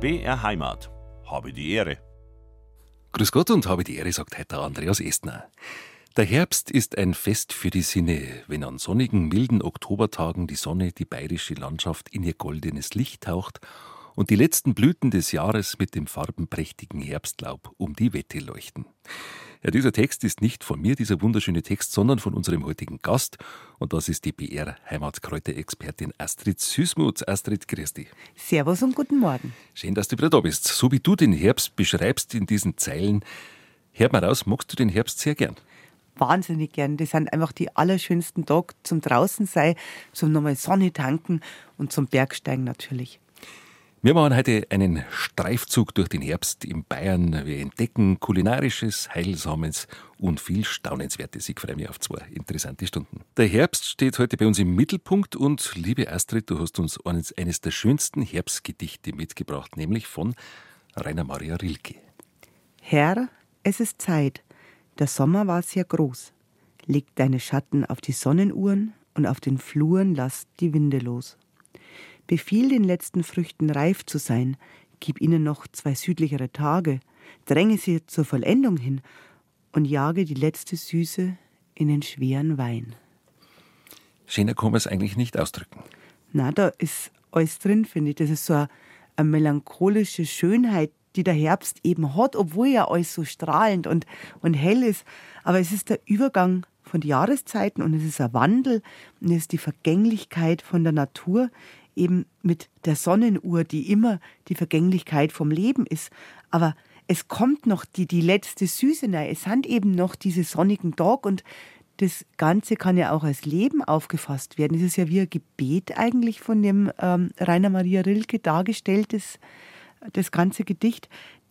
BR Heimat. Habe die Ehre. Grüß Gott und habe die Ehre, sagt heute Andreas Estner. Der Herbst ist ein Fest für die Sinne, wenn an sonnigen, milden Oktobertagen die Sonne die bayerische Landschaft in ihr goldenes Licht taucht und die letzten Blüten des Jahres mit dem farbenprächtigen Herbstlaub um die Wette leuchten. Ja, dieser Text ist nicht von mir, dieser wunderschöne Text, sondern von unserem heutigen Gast. Und das ist die BR-Heimatkräuterexpertin Astrid Süßmuth. Astrid, grüß dich. Servus und guten Morgen. Schön, dass du wieder da bist. So wie du den Herbst beschreibst in diesen Zeilen, hört mal raus, magst du den Herbst sehr gern? Wahnsinnig gern. Das sind einfach die allerschönsten Tage zum Draußensein, zum nochmal Sonne tanken und zum Bergsteigen natürlich. Wir machen heute einen Streifzug durch den Herbst in Bayern. Wir entdecken Kulinarisches, Heilsames und viel Staunenswertes. Ich freue mich auf 2 interessante Stunden. Der Herbst steht heute bei uns im Mittelpunkt und, liebe Astrid, du hast uns eines der schönsten Herbstgedichte mitgebracht, nämlich von Rainer Maria Rilke. Herr, es ist Zeit. Der Sommer war sehr groß. Leg deine Schatten auf die Sonnenuhren und auf den Fluren lass die Winde los. Befiehl den letzten Früchten reif zu sein, gib ihnen noch 2 südlichere Tage, dränge sie zur Vollendung hin und jage die letzte Süße in den schweren Wein. Schöner kann man es eigentlich nicht ausdrücken. Na, da ist alles drin, finde ich. Das ist so eine melancholische Schönheit, die der Herbst eben hat, obwohl ja alles so strahlend und hell ist. Aber es ist der Übergang von den Jahreszeiten und es ist ein Wandel und es ist die Vergänglichkeit von der Natur, eben mit der Sonnenuhr, die immer die Vergänglichkeit vom Leben ist. Aber es kommt noch die letzte Süße rein. Es sind eben noch diese sonnigen Tage und das Ganze kann ja auch als Leben aufgefasst werden. Es ist ja wie ein Gebet eigentlich von dem Rainer Maria Rilke dargestellt, das ganze Gedicht,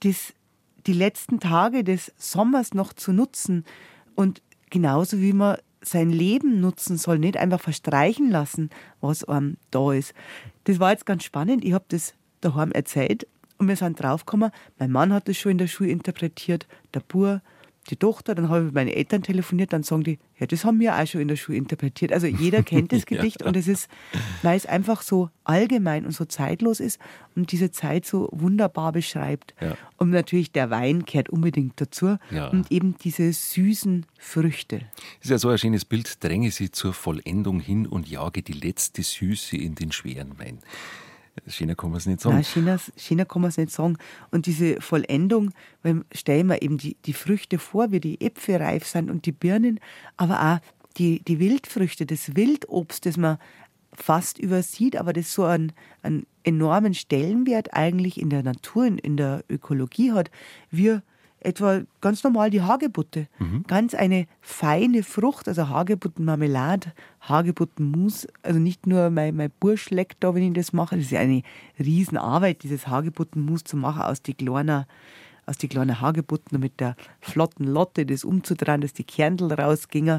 die letzten Tage des Sommers noch zu nutzen und genauso wie man sein Leben nutzen soll, nicht einfach verstreichen lassen, was einem da ist. Das war jetzt ganz spannend. Ich habe das daheim erzählt und wir sind draufgekommen, mein Mann hat das schon in der Schule interpretiert, der Bub, die Tochter, dann habe ich mit meinen Eltern telefoniert, dann sagen die, ja, das haben wir auch schon in der Schule interpretiert. Also jeder kennt das Gedicht und es ist, weil es einfach so allgemein und so zeitlos ist und diese Zeit so wunderbar beschreibt. Ja. Und natürlich der Wein gehört unbedingt dazu und eben diese süßen Früchte. Das ist ja so ein schönes Bild, dränge sie zur Vollendung hin und jage die letzte Süße in den schweren Wein. Schöner kann man es nicht sagen. Nein, schöner kann man es nicht sagen. Und diese Vollendung, weil stellen wir eben die Früchte vor, wie die Äpfel reif sind und die Birnen, aber auch die Wildfrüchte, das Wildobst, das man fast übersieht, aber das so einen enormen Stellenwert eigentlich in der Natur, in der Ökologie hat, wie etwa ganz normal die Hagebutte. Ganz eine feine Frucht, also Hagebuttenmarmelade, Hagebuttenmus. Also nicht nur mein Bursch leckt da, wenn ich das mache. Das ist ja eine Riesenarbeit, dieses Hagebuttenmus zu machen aus die kleinen Hagebutten und mit der flotten Lotte das umzudrehen, dass die Kernel rausgingen.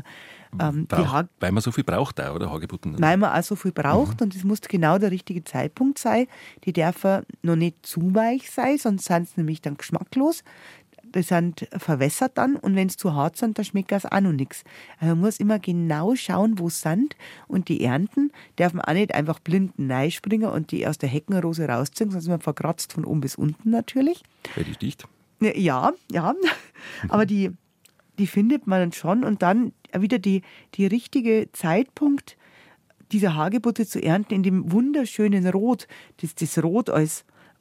Weil man so viel braucht auch, oder Hagebutten? Weil man auch so viel braucht und es muss genau der richtige Zeitpunkt sein. Die dürfen noch nicht zu weich sein, sonst sind sie nämlich dann geschmacklos. Die sind verwässert dann und wenn es zu hart sind, dann schmeckt das auch noch nichts. Also man muss immer genau schauen, wo es sind und die Ernten darf man auch nicht einfach blind reinspringen und die aus der Heckenrose rausziehen, sonst ist man verkratzt von oben bis unten natürlich. Weil die sticht? Ja, aber die findet man dann schon und dann wieder die richtige Zeitpunkt, diese Hagebutte zu ernten in dem wunderschönen Rot, das Rot als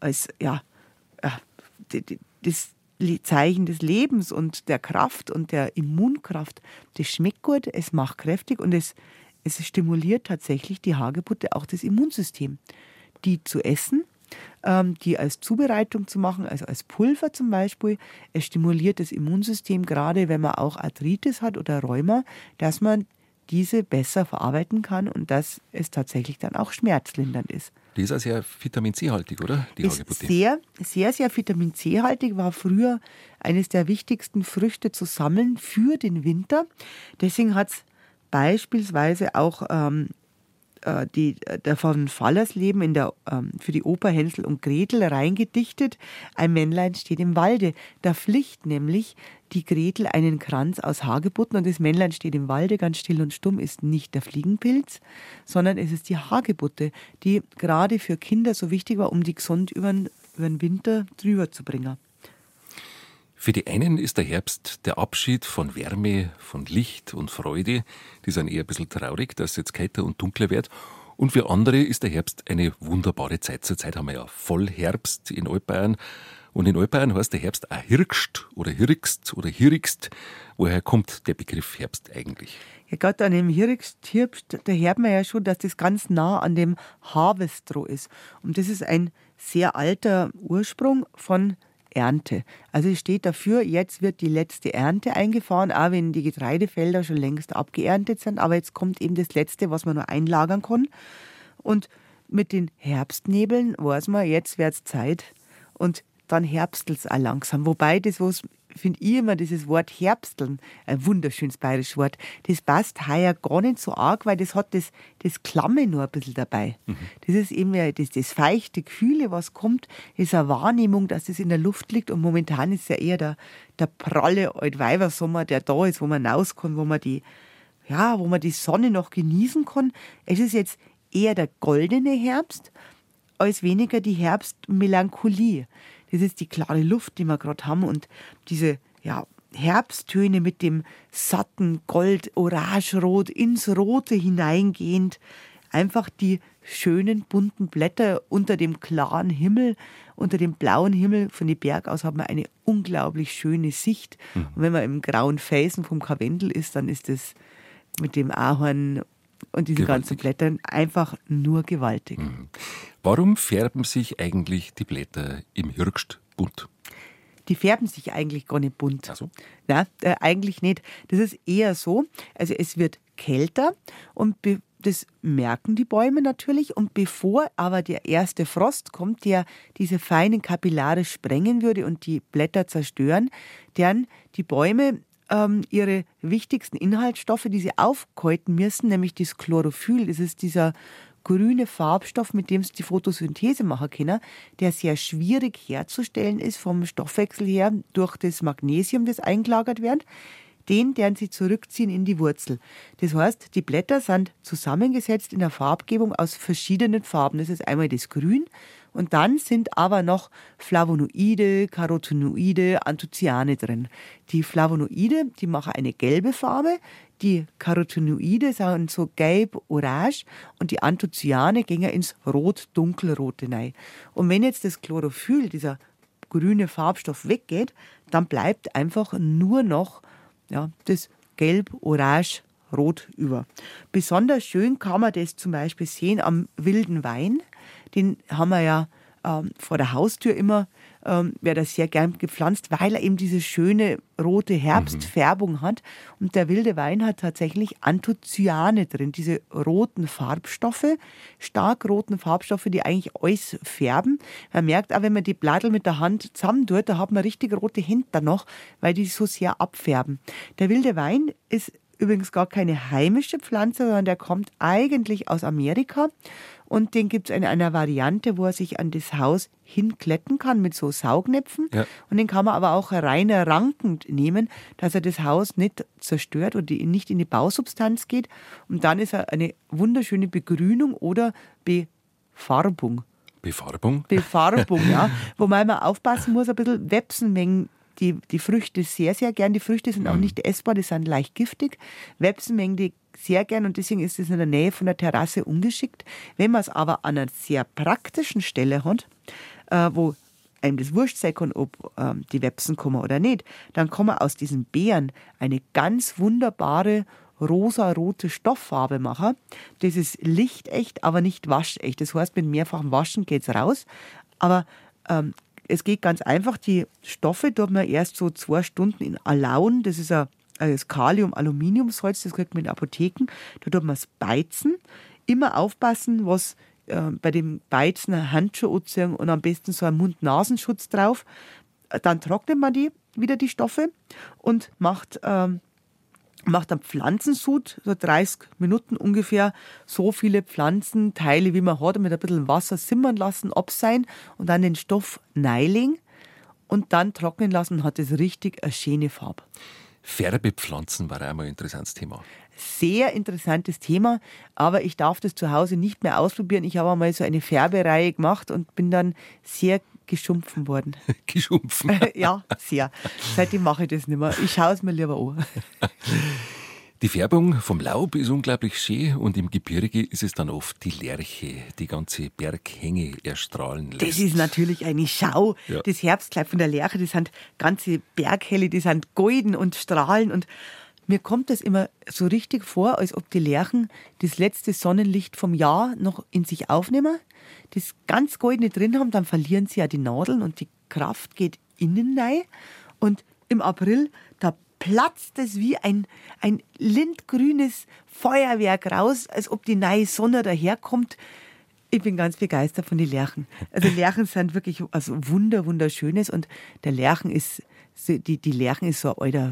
das Zeichen des Lebens und der Kraft und der Immunkraft. Das schmeckt gut, es macht kräftig und es stimuliert tatsächlich die Hagebutte auch das Immunsystem. Die zu essen, die als Zubereitung zu machen, also als Pulver zum Beispiel. Es stimuliert das Immunsystem, gerade wenn man auch Arthritis hat oder Rheuma, dass man diese besser verarbeiten kann und dass es tatsächlich dann auch schmerzlindernd ist. Die ist auch sehr Vitamin C-haltig, oder? Die Hagebutte. Sehr, sehr, sehr Vitamin C-haltig, war früher eines der wichtigsten Früchte zu sammeln für den Winter. Deswegen hat es beispielsweise auch der von Fallersleben für die Oper Hänsel und Gretel reingedichtet. Ein Männlein steht im Walde. Da flicht nämlich die Gretel einen Kranz aus Hagebutten und das Männlein steht im Walde, ganz still und stumm, ist nicht der Fliegenpilz, sondern es ist die Hagebutte, die gerade für Kinder so wichtig war, um die gesund über den über den Winter drüber zu bringen. Für die einen ist der Herbst der Abschied von Wärme, von Licht und Freude. Die sind eher ein bisschen traurig, dass es jetzt kälter und dunkler wird. Und für andere ist der Herbst eine wunderbare Zeit. Zurzeit haben wir ja Vollherbst in Altbayern. Und in Altbayern heißt der Herbst auch Hirgst oder Hirgst oder Hirigst. Woher kommt der Begriff Herbst eigentlich? Ja, gerade an dem Herbst, da hört man ja schon, dass das ganz nah an dem Harvestro ist. Und das ist ein sehr alter Ursprung von Ernte. Also es steht dafür, jetzt wird die letzte Ernte eingefahren, auch wenn die Getreidefelder schon längst abgeerntet sind. Aber jetzt kommt eben das Letzte, was man noch einlagern kann. Und mit den Herbstnebeln weiß man, jetzt wird es Zeit. Und dann herbstelt es auch langsam. Wobei das, was finde ich immer, dieses Wort Herbsteln, ein wunderschönes bayerisches Wort, das passt heuer gar nicht so arg, weil das hat das Klamme nur ein bisschen dabei. Das ist eben das feuchte, kühle, was kommt, das ist eine Wahrnehmung, dass das in der Luft liegt und momentan ist es ja eher der pralle Altweibersommer, der da ist, wo man raus kann, wo man die Sonne noch genießen kann. Es ist jetzt eher der goldene Herbst, als weniger die Herbstmelancholie. Das ist die klare Luft, die wir gerade haben und diese Herbsttöne mit dem satten Gold, Orangerot ins Rote hineingehend. Einfach die schönen bunten Blätter unter dem klaren Himmel, unter dem blauen Himmel von den Berg aus hat man eine unglaublich schöne Sicht. Und wenn man im grauen Felsen vom Karwendel ist, dann ist es mit dem Ahorn und diese ganzen Blättern einfach nur gewaltig. Warum färben sich eigentlich die Blätter im Herbst bunt? Die färben sich eigentlich gar nicht bunt. Ach so? Nein, eigentlich nicht. Das ist eher so, also es wird kälter und das merken die Bäume natürlich. Und bevor aber der erste Frost kommt, der diese feinen Kapillare sprengen würde und die Blätter zerstören, dann die Bäume ihre wichtigsten Inhaltsstoffe, die sie aufkalten müssen, nämlich das Chlorophyll, das ist dieser grüne Farbstoff, mit dem sie die Photosynthese machen können, der sehr schwierig herzustellen ist vom Stoffwechsel her durch das Magnesium, das eingelagert wird. Den werden sie zurückziehen in die Wurzel. Das heißt, die Blätter sind zusammengesetzt in der Farbgebung aus verschiedenen Farben. Das ist einmal das Grün und dann sind aber noch Flavonoide, Carotenoide, Anthocyane drin. Die Flavonoide, die machen eine gelbe Farbe, die Carotenoide sind so gelb-orange und die Anthocyane gehen ins Rot-Dunkelrote rein. Und wenn jetzt das Chlorophyll, dieser grüne Farbstoff, weggeht, dann bleibt einfach nur noch das Gelb, Orange, Rot über. Besonders schön kann man das zum Beispiel sehen am wilden Wein. Den haben wir ja vor der Haustür immer, wird das sehr gern gepflanzt, weil er eben diese schöne rote Herbstfärbung hat. Und der wilde Wein hat tatsächlich Anthocyane drin, diese roten Farbstoffe, stark roten Farbstoffe, die eigentlich alles färben. Man merkt auch, wenn man die Blätter mit der Hand zusammentut, da hat man richtig rote Hände dann noch, weil die so sehr abfärben. Der wilde Wein ist übrigens gar keine heimische Pflanze, sondern der kommt eigentlich aus Amerika. Und den gibt es in einer Variante, wo er sich an das Haus hinkletten kann mit so Saugnäpfen. Ja. Und den kann man aber auch rein rankend nehmen, dass er das Haus nicht zerstört und nicht in die Bausubstanz geht. Und dann ist er eine wunderschöne Begrünung oder Befarbung. Befarbung, ja. Wobei man aufpassen muss, ein bisschen Wepsenmengen. Die Früchte sehr, sehr gern. Die Früchte sind auch nicht essbar, die sind leicht giftig. Wepsenmengen die sehr gern und deswegen ist es in der Nähe von der Terrasse ungeschickt. Wenn man es aber an einer sehr praktischen Stelle hat, wo einem das wurscht sein kann, ob die Wepsen kommen oder nicht, dann kann man aus diesen Beeren eine ganz wunderbare rosa-rote Stofffarbe machen. Das ist lichtecht, aber nicht waschecht. Das heißt, mit mehrfachem Waschen geht es raus. Aber es geht ganz einfach, die Stoffe tut man erst so 2 Stunden in Alaun, das ist das Kalium-Aluminiumsalz, das kriegt man in den Apotheken, da tut man es beizen. Immer aufpassen, was bei dem Beizen ein Handschuh anziehen und am besten so einen Mund-Nasenschutz drauf. Dann trocknet man wieder die Stoffe und macht einen Pflanzensud, so 30 Minuten ungefähr, so viele Pflanzenteile, wie man hat, mit ein bisschen Wasser simmern lassen, abseihen und dann den Stoff reinlegen und dann trocknen lassen, hat es richtig eine schöne Farbe. Färbepflanzen war einmal ein interessantes Thema. Sehr interessantes Thema, aber ich darf das zu Hause nicht mehr ausprobieren. Ich habe einmal so eine Färbereihe gemacht und bin dann sehr geschumpfen worden. Geschumpfen. Ja, sehr. Seitdem mache ich das nicht mehr. Ich schaue es mir lieber an. Die Färbung vom Laub ist unglaublich schön und im Gebirge ist es dann oft die Lerche, die ganze Berghänge erstrahlen lässt. Das ist natürlich eine Schau. Ja. Das Herbstkleid von der Lerche, das sind ganze Berghelle, die sind golden und strahlen. Und mir kommt das immer so richtig vor, als ob die Lerchen das letzte Sonnenlicht vom Jahr noch in sich aufnehmen, das ganz Goldene drin haben, dann verlieren sie ja die Nadeln und die Kraft geht innen rein. Und im April, da platzt es wie ein lindgrünes Feuerwerk raus, als ob die neue Sonne daherkommt. Ich bin ganz begeistert von den Lerchen. Also Lerchen sind wirklich wunderschönes und der Lerchen ist, die Lerchen ist so ein alter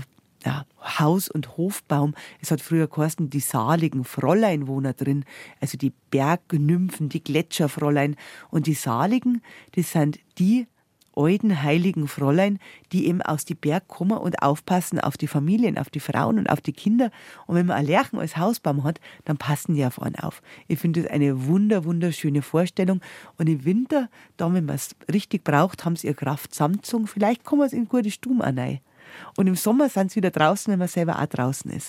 Haus- und Hofbaum. Es hat früher geheißen, die saligen Fräulein wohnen drin, also die Bergnymphen, die Gletscherfräulein. Und die saligen, das sind die alten heiligen Fräulein, die eben aus die Berg kommen und aufpassen auf die Familien, auf die Frauen und auf die Kinder. Und wenn man ein Lerchen als Hausbaum hat, dann passen die auf einen auf. Ich finde das eine wunderschöne Vorstellung. Und im Winter, da wenn man es richtig braucht, haben sie ihre Kraft zusammengezogen. Vielleicht kommen sie in gute Stuben auch rein. Und im Sommer sind sie wieder draußen, wenn man selber auch draußen ist.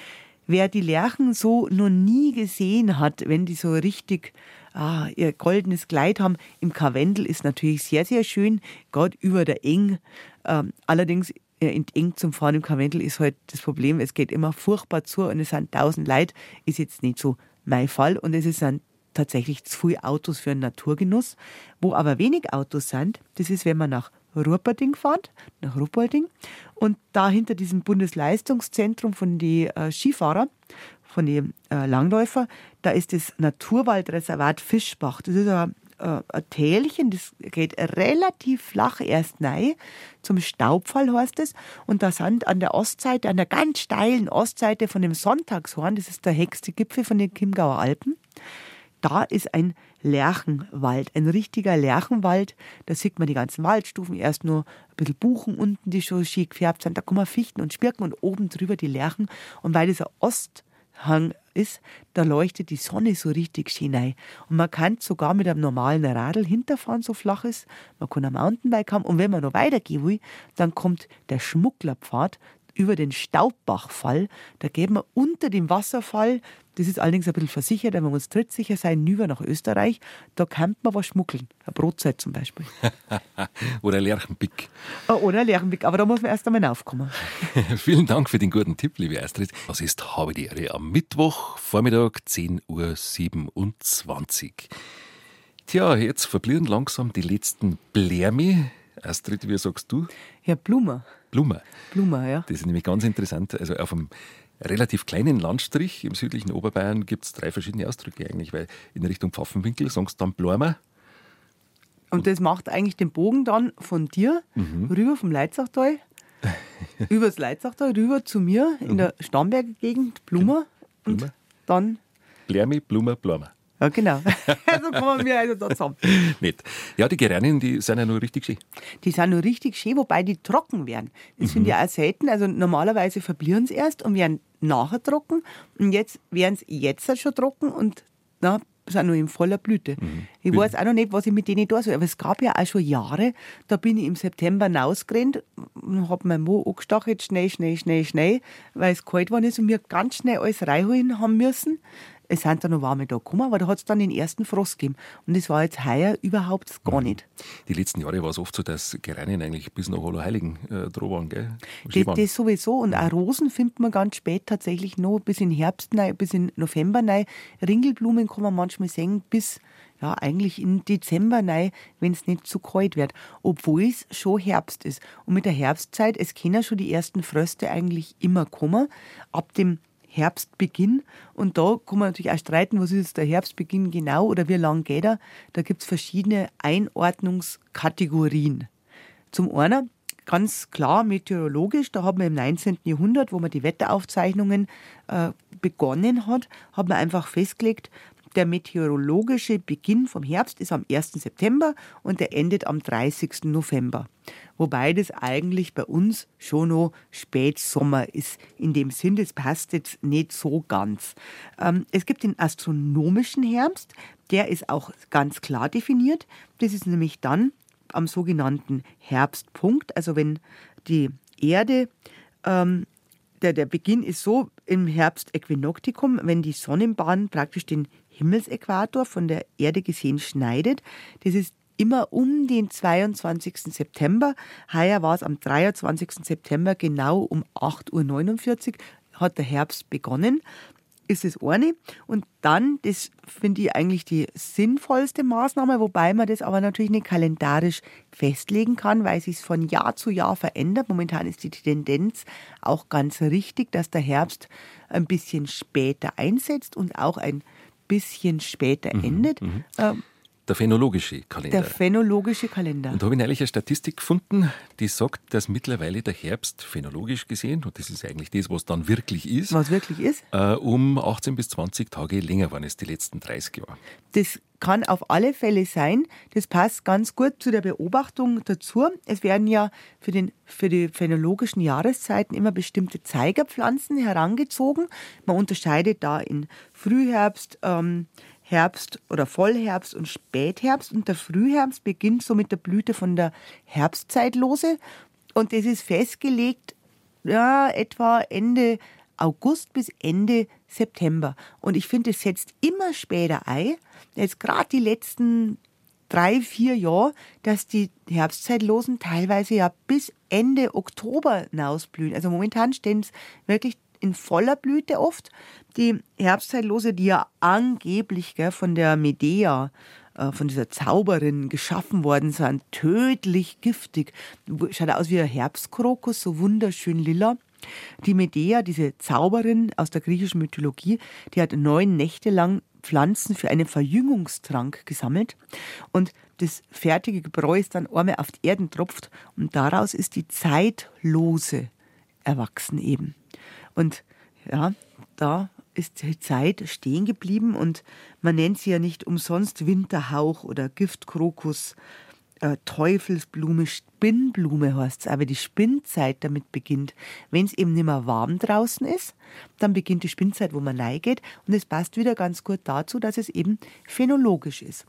Wer die Lerchen so noch nie gesehen hat, wenn die so richtig ihr goldenes Kleid haben, im Karwendel ist natürlich sehr, sehr schön, gerade über der Eng. Allerdings in Eng zum Fahren im Karwendel ist halt das Problem, es geht immer furchtbar zu und es sind 1000 Leute, ist jetzt nicht so mein Fall. Und es sind tatsächlich zu viele Autos für einen Naturgenuss. Wo aber wenig Autos sind, das ist, wenn man nach Rupperding fährt, nach Ruppolding. Und da hinter diesem Bundesleistungszentrum von den Skifahrer, von den Langläufer, da ist das Naturwaldreservat Fischbach. Das ist ein Tälchen, das geht relativ flach erst rein, zum Staubfall heißt es. Und da sind an der Ostseite, an der ganz steilen Ostseite von dem Sonntagshorn, das ist der höchste Gipfel von den Chiemgauer Alpen, da ist ein Lerchenwald, ein richtiger Lerchenwald. Da sieht man die ganzen Waldstufen, erst nur ein bisschen Buchen unten, die schon schick gefärbt sind. Da kommen Fichten und Spirken und oben drüber die Lerchen. Und weil das ein Osthang ist, da leuchtet die Sonne so richtig schön rein. Und man kann sogar mit einem normalen Radl hinterfahren, so flach ist. Man kann ein Mountainbike haben. Und wenn man noch weitergehen will, dann kommt der Schmugglerpfad über den Staubbachfall. Da gehen wir unter dem Wasserfall, das ist allerdings ein bisschen versichert, wenn wir uns trittsicher sein, rüber nach Österreich. Da kann man was schmuggeln. Eine Brotzeit zum Beispiel. Oder ein Lerchenpick. Oder ein Lerchenpick, aber da muss man erst einmal aufkommen. Vielen Dank für den guten Tipp, liebe Astrid. Das ist Habe die Ehre am Mittwoch, Vormittag 10.27 Uhr. Tja, jetzt verblieren langsam die letzten Blärme. Astrid, wie sagst du? Ja, Blumen. Blumen. Blumen, ja. Das ist nämlich ganz interessant. Also auf einem relativ kleinen Landstrich im südlichen Oberbayern gibt es 3 verschiedene Ausdrücke eigentlich, weil in Richtung Pfaffenwinkel sagst du dann Blumen. Und das macht eigentlich den Bogen dann von dir rüber vom Leitzachtal, übers Leitzachtal rüber zu mir in der Starnberger Gegend, Blumen und Blumen. dann... Blärme, Blumen, Blumen. Ja, genau. So kommen wir also da zusammen. Nicht. Ja, die Geränien, die sind ja nur richtig schön. Die sind nur richtig schön, wobei die trocken werden. Das finde ich auch selten. Also normalerweise verblieren sie erst und werden nachher trocken. Und jetzt werden sie jetzt schon trocken und sind noch in voller Blüte. Ich weiß auch noch nicht, was ich mit denen tun soll. Aber es gab ja auch schon Jahre, da bin ich im September rausgerannt und habe mein Mo angestachelt, schnell, weil es kalt geworden ist und wir ganz schnell alles reinholen haben müssen. Es sind da noch warme Tage gekommen, aber da hat es dann den ersten Frost gegeben. Und das war jetzt heuer überhaupt gar nicht. Die letzten Jahre war es oft so, dass Geränien eigentlich bis nach Allerheiligen dran waren, gell? Das sowieso. Und auch Rosen findet man ganz spät tatsächlich noch, bis in Herbst rein, bis in November rein. Ringelblumen kann man manchmal sehen, bis eigentlich in Dezember rein, wenn es nicht zu kalt wird. Obwohl es schon Herbst ist. Und mit der Herbstzeit, es können schon die ersten Fröste eigentlich immer kommen. Ab dem Herbstbeginn. Und da kann man natürlich auch streiten, was ist jetzt der Herbstbeginn genau oder wie lang geht er. Da gibt es verschiedene Einordnungskategorien. Zum einen ganz klar meteorologisch, da hat man im 19. Jahrhundert, wo man die Wetteraufzeichnungen begonnen hat man einfach festgelegt, der meteorologische Beginn vom Herbst ist am 1. September und der endet am 30. November. Wobei das eigentlich bei uns schon noch Spätsommer ist. In dem Sinn, das passt jetzt nicht so ganz. Es gibt den astronomischen Herbst, der ist auch ganz klar definiert. Das ist nämlich dann am sogenannten Herbstpunkt, also wenn die Erde, der Beginn ist so im Herbstäquinoktikum, wenn die Sonnenbahn praktisch den Himmelsäquator von der Erde gesehen schneidet. Das ist immer um den 22. September. Heuer war es am 23. September genau um 8:49 Uhr hat der Herbst begonnen. Ist das eine. Und dann, das finde ich eigentlich die sinnvollste Maßnahme, wobei man das aber natürlich nicht kalendarisch festlegen kann, weil es sich von Jahr zu Jahr verändert. Momentan ist die Tendenz auch ganz richtig, dass der Herbst ein bisschen später einsetzt und auch ein bisschen später endet. Der phänologische Kalender. Der phänologische Kalender. Und da habe ich neulich eine Statistik gefunden, die sagt, dass mittlerweile der Herbst phänologisch gesehen, und das ist eigentlich das, was dann wirklich ist, um 18 bis 20 Tage länger geworden ist, die letzten 30 Jahre. Das kann auf alle Fälle sein. Das passt ganz gut zu der Beobachtung dazu. Es werden ja für die phänologischen Jahreszeiten immer bestimmte Zeigerpflanzen herangezogen. Man unterscheidet da in Frühherbst, Herbst oder Vollherbst und Spätherbst. Und der Frühherbst beginnt so mit der Blüte von der Herbstzeitlose. Und das ist festgelegt, ja, etwa Ende August bis Ende September. Und ich finde, es setzt immer später ein, jetzt gerade die letzten 3-4 Jahre, dass die Herbstzeitlosen teilweise ja bis Ende Oktober hinausblühen. Also momentan stehen es wirklich in voller Blüte oft. Die Herbstzeitlose, die ja angeblich von der Medea, von dieser Zauberin geschaffen worden sind, tödlich giftig. Schaut aus wie ein Herbstkrokus, so wunderschön lila. Die Medea, diese Zauberin aus der griechischen Mythologie, die hat 9 Nächte lang Pflanzen für einen Verjüngungstrank gesammelt. Und das fertige Gebräu ist dann einmal auf die Erden tropft und daraus ist die Zeitlose erwachsen eben. Und ja, da ist die Zeit stehen geblieben und man nennt sie ja nicht umsonst Winterhauch oder Giftkrokus, Teufelsblume, Spinnblume heißt es, aber die Spinnzeit damit beginnt. Wenn es eben nicht mehr warm draußen ist, dann beginnt die Spinnzeit, wo man reingeht und es passt wieder ganz gut dazu, dass es eben phänologisch ist.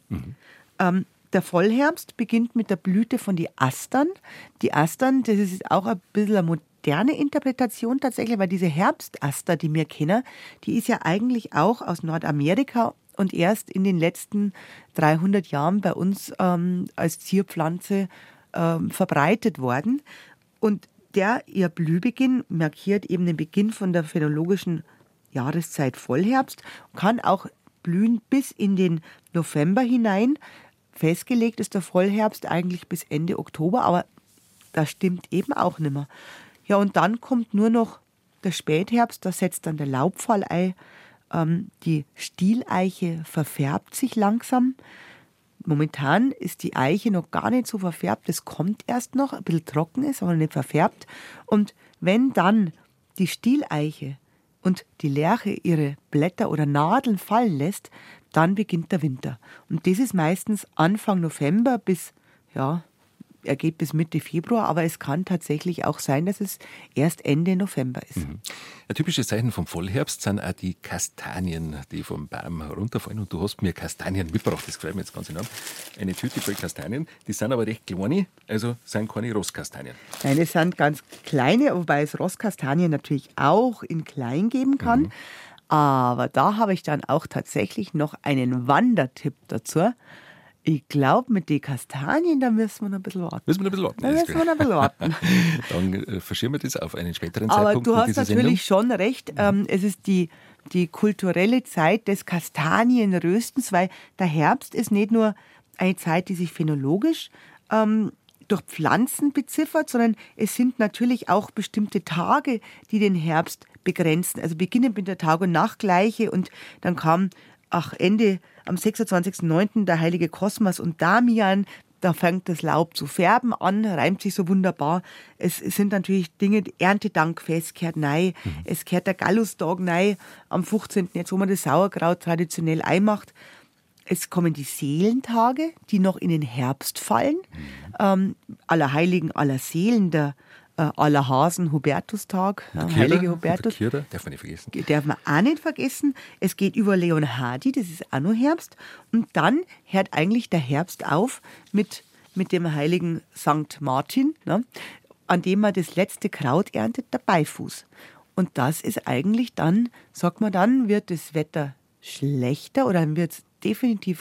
Der Vollherbst beginnt mit der Blüte von die Astern. Die Astern, das ist auch ein bisschen eine moderne Interpretation tatsächlich, weil diese Herbstaster, die wir kennen, die ist ja eigentlich auch aus Nordamerika und erst in den letzten 300 Jahren bei uns als Zierpflanze verbreitet worden. Und ihr Blühbeginn markiert eben den Beginn von der phänologischen Jahreszeit Vollherbst, kann auch blühen bis in den November hinein. Festgelegt ist der Vollherbst eigentlich bis Ende Oktober, aber das stimmt eben auch nicht mehr. Ja, und dann kommt nur noch der Spätherbst, da setzt dann der Laubfall ein. Die Stieleiche verfärbt sich langsam. Momentan ist die Eiche noch gar nicht so verfärbt, das kommt erst noch, ein bisschen trocken ist, aber nicht verfärbt. Und wenn dann die Stieleiche und die Lärche ihre Blätter oder Nadeln fallen lässt, dann beginnt der Winter. Und das ist meistens Anfang November bis, ja, er geht bis Mitte Februar, aber es kann tatsächlich auch sein, dass es erst Ende November ist. Ein typisches Zeichen vom Vollherbst sind auch die Kastanien, die vom Baum runterfallen. Und du hast mir Kastanien mitgebracht, das gefällt mir jetzt ganz enorm. Eine Tüte voll Kastanien, die sind aber recht kleine, also sind keine Rosskastanien. Nein, es sind ganz kleine, wobei es Rosskastanien natürlich auch in klein geben kann. Aber da habe ich dann auch tatsächlich noch einen Wandertipp dazu. Ich glaube, mit den Kastanien, da müssen wir noch ein bisschen warten. Dann verschieben wir das auf einen späteren Aber Zeitpunkt. du hast natürlich schon recht. Es ist die kulturelle Zeit des Kastanienröstens, weil der Herbst ist nicht nur eine Zeit, die sich phänologisch durch Pflanzen beziffert, sondern es sind natürlich auch bestimmte Tage, die den Herbst begrenzen. Also beginnend mit der Tag- und Nachtgleiche und dann kam Ende am 26.09. der heilige Kosmas und Damian, da fängt das Laub zu färben an, reimt sich so wunderbar. Es sind natürlich Dinge, Erntedankfest kehrt rein, es kehrt der Gallustag rein am 15., jetzt wo man das Sauerkraut traditionell einmacht. Es kommen die Seelentage, die noch in den Herbst fallen. Aller Heiligen, aller Seelen, der Allerhasen Hubertustag, heilige Hubertus. Der Kierder, darf man nicht vergessen. Darf man auch nicht vergessen. Es geht über Leonhardi, das ist auch noch Herbst. Und dann hört eigentlich der Herbst auf mit mit dem heiligen Sankt Martin, ne, an dem man das letzte Kraut erntet, der Beifuß. Und das ist eigentlich dann, sagt man dann, wird das Wetter schlechter oder dann wird es definitiv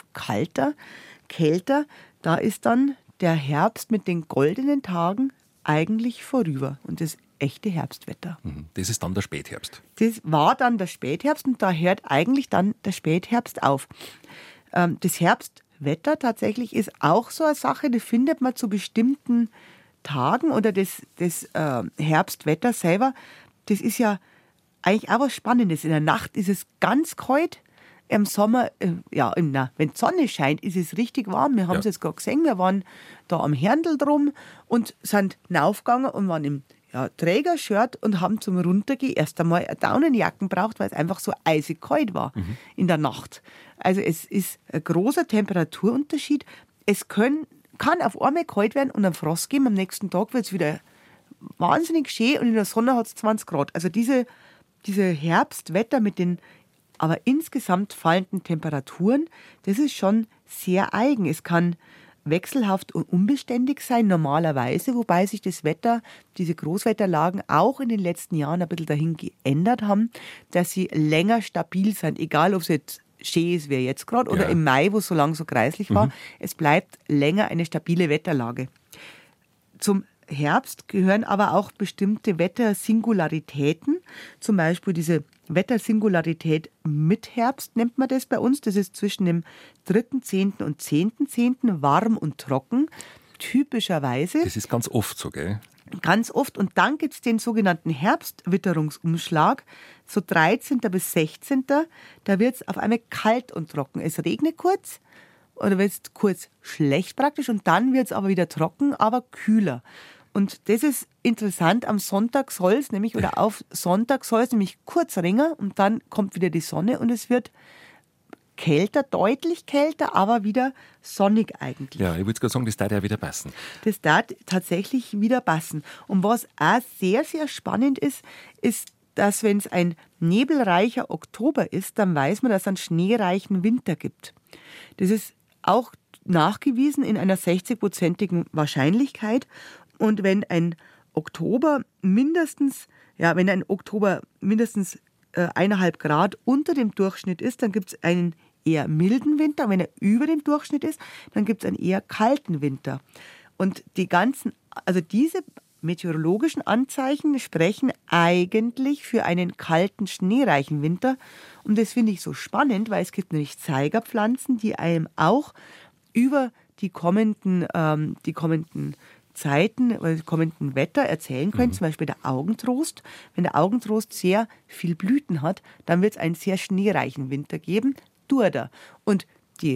kälter. Da ist dann der Herbst mit den goldenen Tagen eigentlich vorüber und das echte Herbstwetter. Das ist dann der Spätherbst. Das war dann der Spätherbst und da hört eigentlich dann der Spätherbst auf. Das Herbstwetter tatsächlich ist auch so eine Sache, die findet man zu bestimmten Tagen oder das Herbstwetter selber. Das ist ja eigentlich auch was Spannendes. In der Nacht ist es ganz kalt. Im Sommer, wenn die Sonne scheint, ist es richtig warm. Wir haben es jetzt gerade gesehen, wir waren da am Herndl drum und sind raufgegangen und waren im Trägershirt und haben zum Runtergehen erst einmal eine Daunenjacken gebraucht, weil es einfach so eisig kalt war in der Nacht. Also es ist ein großer Temperaturunterschied. Es kann auf einmal kalt werden und am Frost geben. Am nächsten Tag wird es wieder wahnsinnig schön und in der Sonne hat es 20 Grad. Also diese Herbstwetter mit den aber insgesamt fallenden Temperaturen, das ist schon sehr eigen. Es kann wechselhaft und unbeständig sein, normalerweise, wobei sich das Wetter, diese Großwetterlagen auch in den letzten Jahren ein bisschen dahin geändert haben, dass sie länger stabil sind, egal ob es jetzt schön ist, wie jetzt gerade, oder im Mai, wo es so lang so kreislich war. Es bleibt länger eine stabile Wetterlage. Zum Herbst gehören aber auch bestimmte Wettersingularitäten, zum Beispiel diese Wettersingularität Mitherbst nennt man das bei uns. Das ist zwischen dem 3.10. und 10.10. warm und trocken, typischerweise. Das ist ganz oft so, gell? Ganz oft. Und dann gibt es den sogenannten Herbstwitterungsumschlag, so 13. bis 16. Da wird es auf einmal kalt und trocken. Es regnet kurz oder wird es kurz schlecht praktisch und dann wird es aber wieder trocken, aber kühler. Und das ist interessant, am Sonntag soll es nämlich, oder auf Sonntag soll es nämlich kurz regnen und dann kommt wieder die Sonne und es wird kälter, deutlich kälter, aber wieder sonnig eigentlich. Ja, ich würde gerade sagen, das darf ja wieder passen. Das darf tatsächlich wieder passen. Und was auch sehr, sehr spannend ist, dass wenn es ein nebelreicher Oktober ist, dann weiß man, dass es einen schneereichen Winter gibt. Das ist auch nachgewiesen in einer 60-prozentigen Wahrscheinlichkeit. Und wenn ein Oktober mindestens 1,5 Grad unter dem Durchschnitt ist, dann gibt es einen eher milden Winter. Und wenn er über dem Durchschnitt ist, dann gibt es einen eher kalten Winter. Und diese meteorologischen Anzeichen sprechen eigentlich für einen kalten, schneereichen Winter. Und das finde ich so spannend, weil es gibt nämlich Zeigerpflanzen, die einem auch über die kommenden Zeiten oder die kommenden Wetter erzählen können, zum Beispiel der Augentrost. Wenn der Augentrost sehr viel Blüten hat, dann wird es einen sehr schneereichen Winter geben. Durda. Und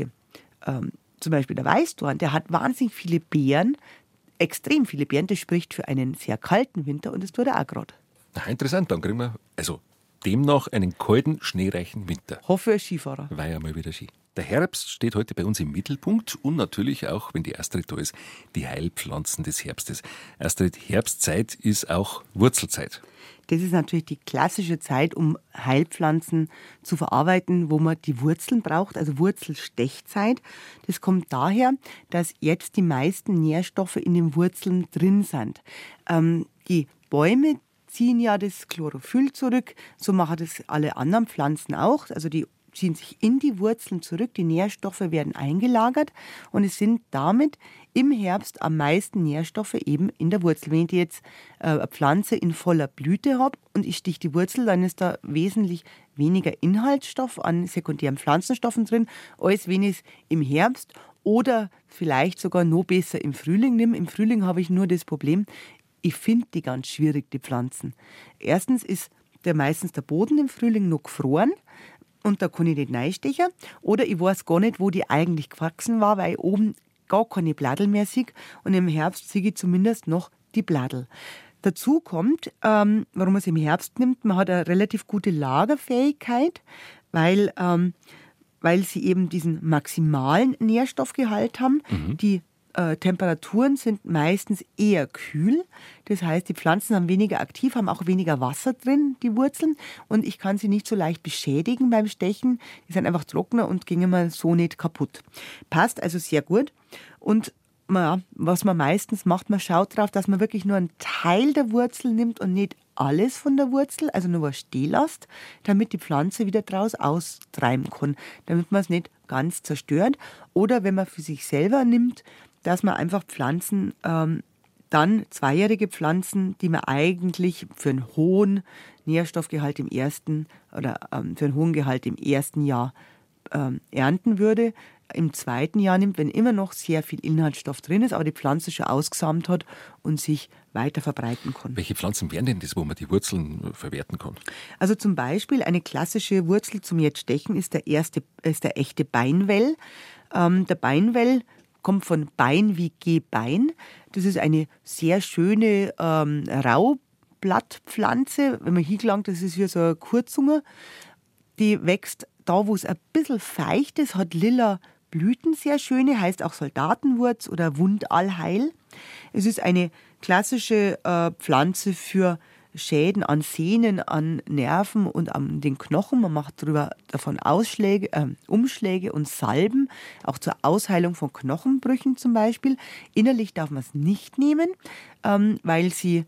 zum Beispiel der Weißdorn, der hat wahnsinnig viele Beeren, extrem viele Beeren. Das spricht für einen sehr kalten Winter und das tut er auch gerade. Interessant, dann kriegen wir demnach einen kalten, schneereichen Winter. Hoffe als Skifahrer. War ja mal wieder Ski. Der Herbst steht heute bei uns im Mittelpunkt und natürlich auch, wenn die Astrid da ist, die Heilpflanzen des Herbstes. Astrid, Herbstzeit ist auch Wurzelzeit. Das ist natürlich die klassische Zeit, um Heilpflanzen zu verarbeiten, wo man die Wurzeln braucht, also Wurzelstechzeit. Das kommt daher, dass jetzt die meisten Nährstoffe in den Wurzeln drin sind. Die Bäume ziehen ja das Chlorophyll zurück, so machen das alle anderen Pflanzen auch. Also die ziehen sich in die Wurzeln zurück, die Nährstoffe werden eingelagert und es sind damit im Herbst am meisten Nährstoffe eben in der Wurzel. Wenn ich jetzt eine Pflanze in voller Blüte habe und ich stiche die Wurzel, dann ist da wesentlich weniger Inhaltsstoff an sekundären Pflanzenstoffen drin, als wenn ich es im Herbst oder vielleicht sogar noch besser im Frühling nehme. Im Frühling habe ich nur das Problem, ich finde die ganz schwierig, die Pflanzen. Erstens ist meistens der Boden im Frühling noch gefroren, und da kann ich nicht reinstechen. Oder ich weiß gar nicht, wo die eigentlich gewachsen war, weil ich oben gar keine Bladel mehr sehe. Und im Herbst sehe ich zumindest noch die Bladel. Dazu kommt, warum man es im Herbst nimmt, man hat eine relativ gute Lagerfähigkeit, weil sie eben diesen maximalen Nährstoffgehalt haben. Die Temperaturen sind meistens eher kühl. Das heißt, die Pflanzen haben weniger aktiv, haben auch weniger Wasser drin, die Wurzeln. Und ich kann sie nicht so leicht beschädigen beim Stechen. Die sind einfach trockener und gingen mir so nicht kaputt. Passt also sehr gut. Und was man meistens macht, man schaut darauf, dass man wirklich nur einen Teil der Wurzel nimmt und nicht alles von der Wurzel, also nur was stehen lässt, damit die Pflanze wieder draus austreiben kann, damit man es nicht ganz zerstört. Oder wenn man für sich selber nimmt, dass man einfach Pflanzen, dann zweijährige Pflanzen, die man eigentlich für einen hohen Nährstoffgehalt im ersten oder für einen hohen Gehalt im ersten Jahr ernten würde, im zweiten Jahr nimmt, wenn immer noch sehr viel Inhaltsstoff drin ist, aber die Pflanze schon ausgesamt hat und sich weiter verbreiten kann. Welche Pflanzen wären denn das, wo man die Wurzeln verwerten kann? Also zum Beispiel eine klassische Wurzel zum Jetzt-Stechen ist der echte Beinwell. Der Beinwell kommt von Bein wie Gebein. Das ist eine sehr schöne Raublattpflanze. Wenn man hingelangt, das ist wie so eine Kurzunge. Die wächst da, wo es ein bisschen feucht ist, hat lila Blüten, sehr schöne, heißt auch Soldatenwurz oder Wundallheil. Es ist eine klassische Pflanze für Schäden an Sehnen, an Nerven und an den Knochen. Man macht davon Umschläge und Salben, auch zur Ausheilung von Knochenbrüchen zum Beispiel. Innerlich darf man es nicht nehmen, weil sie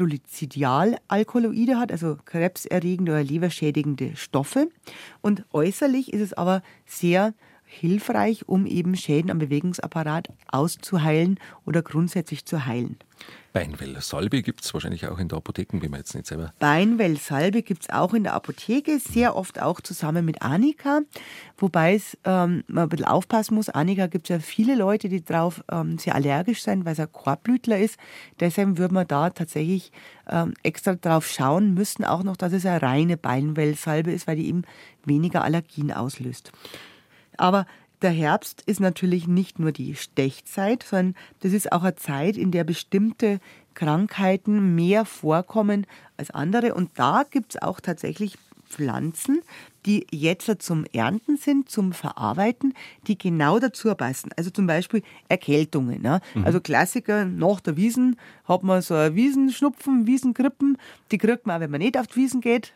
Pyrrolizidialalkaloide hat, also krebserregende oder leberschädigende Stoffe. Und äußerlich ist es aber sehr hilfreich, um eben Schäden am Bewegungsapparat auszuheilen oder grundsätzlich zu heilen. Beinwell-Salbe gibt es wahrscheinlich auch in der Apotheke, wie man jetzt nicht selber... Beinwell-Salbe gibt es auch in der Apotheke, sehr oft auch zusammen mit Arnika, wobei man ein bisschen aufpassen muss. Arnika gibt es ja viele Leute, die drauf sehr allergisch sind, weil es ein Korbblütler ist. Deshalb würde man da tatsächlich extra drauf schauen müssen, auch noch, dass es eine reine Beinwell-Salbe ist, weil die eben weniger Allergien auslöst. Aber der Herbst ist natürlich nicht nur die Stechzeit, sondern das ist auch eine Zeit, in der bestimmte Krankheiten mehr vorkommen als andere. Und da gibt es auch tatsächlich Pflanzen, die jetzt zum Ernten sind, zum Verarbeiten, die genau dazu passen. Also zum Beispiel Erkältungen. Ja? Also Klassiker, nach der Wiesn hat man so ein Wiesenschnupfen, Wiesengrippen. Die kriegt man auch, wenn man nicht auf die Wiesn geht.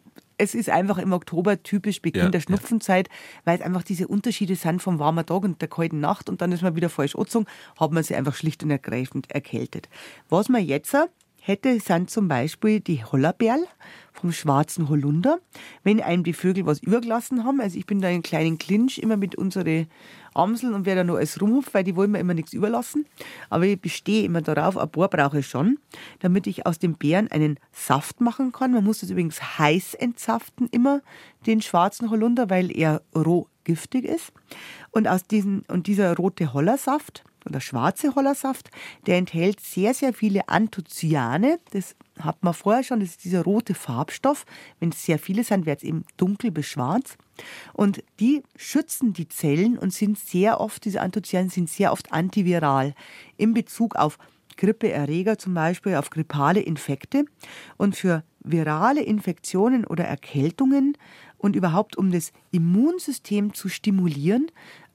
Es ist einfach im Oktober typisch Beginn der Schnupfenzeit, weil es einfach diese Unterschiede sind vom warmen Tag und der kalten Nacht und dann ist man wieder falsch angezogen, hat man sich einfach schlicht und ergreifend erkältet. Was man jetzt hätte, sind zum Beispiel die Hollerberl vom schwarzen Holunder. Wenn einem die Vögel was übergelassen haben, also ich bin da in einen kleinen Clinch immer mit unseren Amseln und wer da noch alles rumhupft, weil die wollen mir immer nichts überlassen. Aber ich bestehe immer darauf, ein paar brauche ich schon, damit ich aus den Beeren einen Saft machen kann. Man muss das übrigens heiß entsaften, immer den schwarzen Holunder, weil er roh giftig ist. Und dieser rote Hollersaft oder schwarze Hollersaft, der enthält sehr, sehr viele Anthocyane. Das hat man vorher schon, das ist dieser rote Farbstoff. Wenn es sehr viele sind, wird es eben dunkel bis schwarz. Und die schützen die Zellen und sind sehr oft, diese Anthocyane sind sehr oft antiviral in Bezug auf Grippeerreger zum Beispiel, auf grippale Infekte. Und für virale Infektionen oder Erkältungen und überhaupt um das Immunsystem zu stimulieren,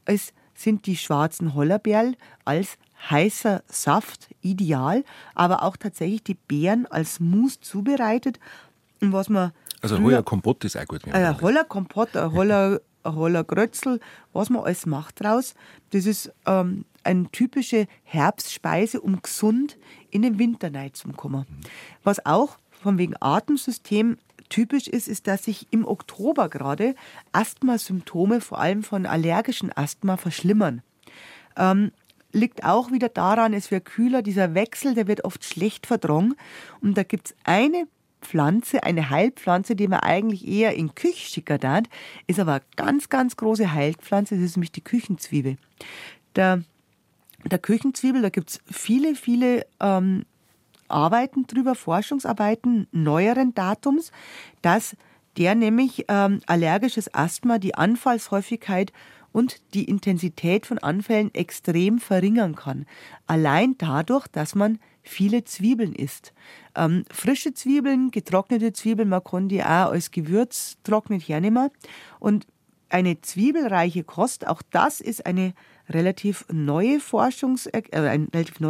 sind die schwarzen Hollerbeeren als heißer Saft ideal, aber auch tatsächlich die Beeren als Mousse zubereitet. Und was man also ein Holler Kompott ist auch gut. Ein Holler Kompott, ein Holler Grötzl, was man alles macht draus, das ist eine typische Herbstspeise, um gesund in den Winter reinzukommen. Was auch von wegen Atemsystem typisch ist, dass sich im Oktober gerade Asthmasymptome, vor allem von allergischen Asthma, verschlimmern. Liegt auch wieder daran, es wird kühler, dieser Wechsel, der wird oft schlecht verdrungen. Und da gibt es eine Pflanze, eine Heilpflanze, die man eigentlich eher in Küche schicken darf, ist aber eine ganz, ganz große Heilpflanze, das ist nämlich die Küchenzwiebel. Der Küchenzwiebel, da gibt es viele, viele Arbeiten drüber, Forschungsarbeiten neueren Datums, dass der nämlich allergisches Asthma, die Anfallshäufigkeit und die Intensität von Anfällen extrem verringern kann. Allein dadurch, dass man viele Zwiebeln isst. Frische Zwiebeln, getrocknete Zwiebeln, man kann die auch als Gewürz trocknet hernehmen. Und eine zwiebelreiche Kost, auch das ist ein relativ neues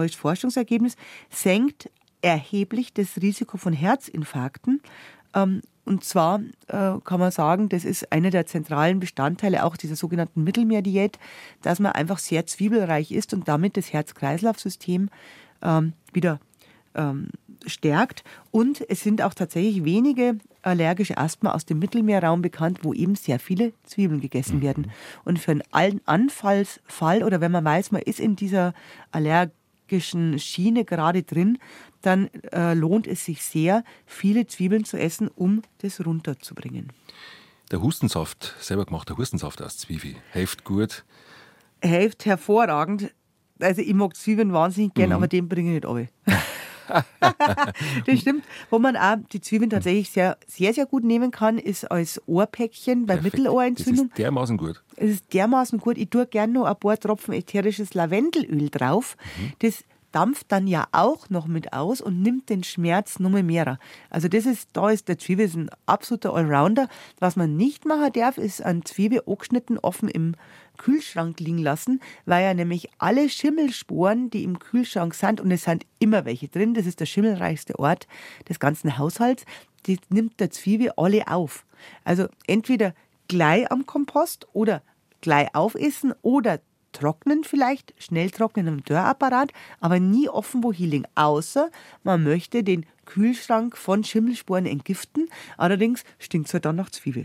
Forschungsergebnis, senkt erheblich das Risiko von Herzinfarkten Und zwar kann man sagen, das ist einer der zentralen Bestandteile auch dieser sogenannten Mittelmeerdiät, dass man einfach sehr zwiebelreich ist und damit das Herz-Kreislauf-System wieder stärkt. Und es sind auch tatsächlich wenige allergische Asthma aus dem Mittelmeerraum bekannt, wo eben sehr viele Zwiebeln gegessen werden. Und für einen Anfallsfall oder wenn man weiß, man ist in dieser allergischen Schiene gerade drin, dann lohnt es sich sehr, viele Zwiebeln zu essen, um das runterzubringen. Der Hustensaft, selber gemachter Hustensaft aus Zwiebel, hilft gut. Hilft hervorragend. Also ich mag Zwiebeln wahnsinnig gern, aber den bringe ich nicht runter. Das stimmt. Wo man auch die Zwiebeln tatsächlich sehr, sehr, sehr gut nehmen kann, ist als Ohrpäckchen bei Mittelohrentzündung. Das ist dermaßen gut. Es ist dermaßen gut. Ich tue gerne noch ein paar Tropfen ätherisches Lavendelöl drauf. Das dampft dann ja auch noch mit aus und nimmt den Schmerz noch mehr. Also da ist der Zwiebel ein absoluter Allrounder. Was man nicht machen darf, ist eine Zwiebel angeschnitten offen im Kühlschrank liegen lassen, weil ja nämlich alle Schimmelsporen, die im Kühlschrank sind, und es sind immer welche drin, das ist der schimmelreichste Ort des ganzen Haushalts, die nimmt der Zwiebel alle auf. Also entweder gleich am Kompost oder gleich aufessen oder trocknen vielleicht, schnell trocknen im Dörrapparat, aber nie offen wohin liegen, außer man möchte den Kühlschrank von Schimmelsporen entgiften. Allerdings stinkt es halt dann nach Zwiebel.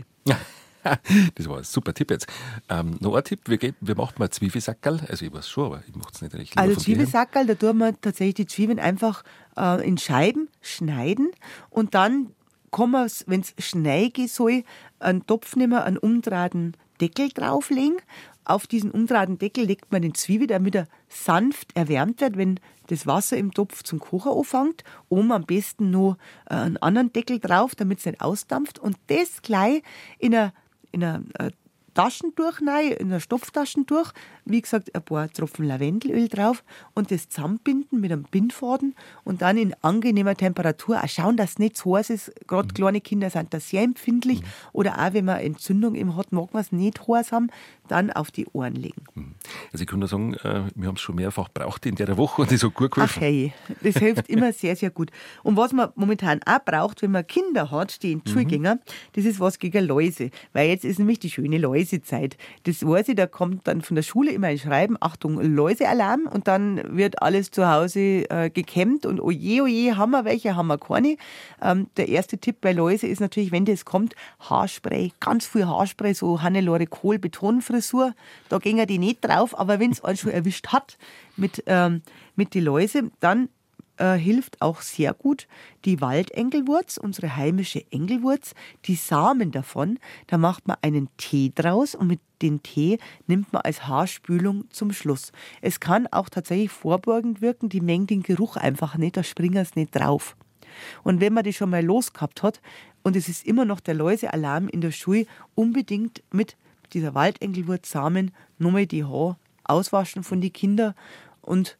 Das war ein super Tipp jetzt. Noch ein Tipp, wie macht man Zwiebelsackerl? Also ich weiß schon, aber ich mache es nicht richtig. Also Zwiebelsackerl, da tun wir tatsächlich die Zwiebeln einfach in Scheiben schneiden und dann kann man, wenn es schnell gehen soll, einen Topf nehmen, einen umdrahten Deckel drauflegen. Auf diesen umdrahten Deckel legt man den Zwiebel, damit er sanft erwärmt wird, wenn das Wasser im Topf zum Kochen anfängt. Oben am besten noch einen anderen Deckel drauf, damit es nicht ausdampft. Und das gleich in einer Taschentuch rein, in einer Stopftaschentuch. Wie gesagt, ein paar Tropfen Lavendelöl drauf und das zusammenbinden mit einem Bindfaden und dann in angenehmer Temperatur auch schauen, dass es nicht zu heiß ist. Gerade kleine Kinder sind da sehr empfindlich. Oder auch, wenn man Entzündung im hat, mag man es nicht heiß haben, dann auf die Ohren legen. Also ich kann nur sagen, wir haben es schon mehrfach gebraucht in der Woche und das hat gut geholfen. Ach hey, das hilft immer sehr, sehr gut. Und was man momentan auch braucht, wenn man Kinder hat, die in die Schule gehen, das ist was gegen Läuse. Weil jetzt ist nämlich die schöne Läusezeit. Das weiß ich, da kommt dann von der Schule immer ein Schreiben, Achtung, Läusealarm, und dann wird alles zu Hause gekämmt und oje, haben wir welche, haben wir keine. Der erste Tipp bei Läuse ist natürlich, wenn das kommt, Haarspray, ganz viel Haarspray, so Hannelore Kohl Betonfrisur, da gehen die nicht drauf, aber wenn es einen schon erwischt hat mit die Läuse, dann hilft auch sehr gut die Waldengelwurz, unsere heimische Engelwurz, die Samen davon, da macht man einen Tee draus und mit dem Tee nimmt man als Haarspülung zum Schluss. Es kann auch tatsächlich vorbeugend wirken, die mengen den Geruch einfach nicht, da springen es nicht drauf. Und wenn man die schon mal losgehabt hat und es ist immer noch der Läusealarm in der Schule, unbedingt mit dieser Waldengelwurz-Samen nochmal die Haare auswaschen von den Kindern und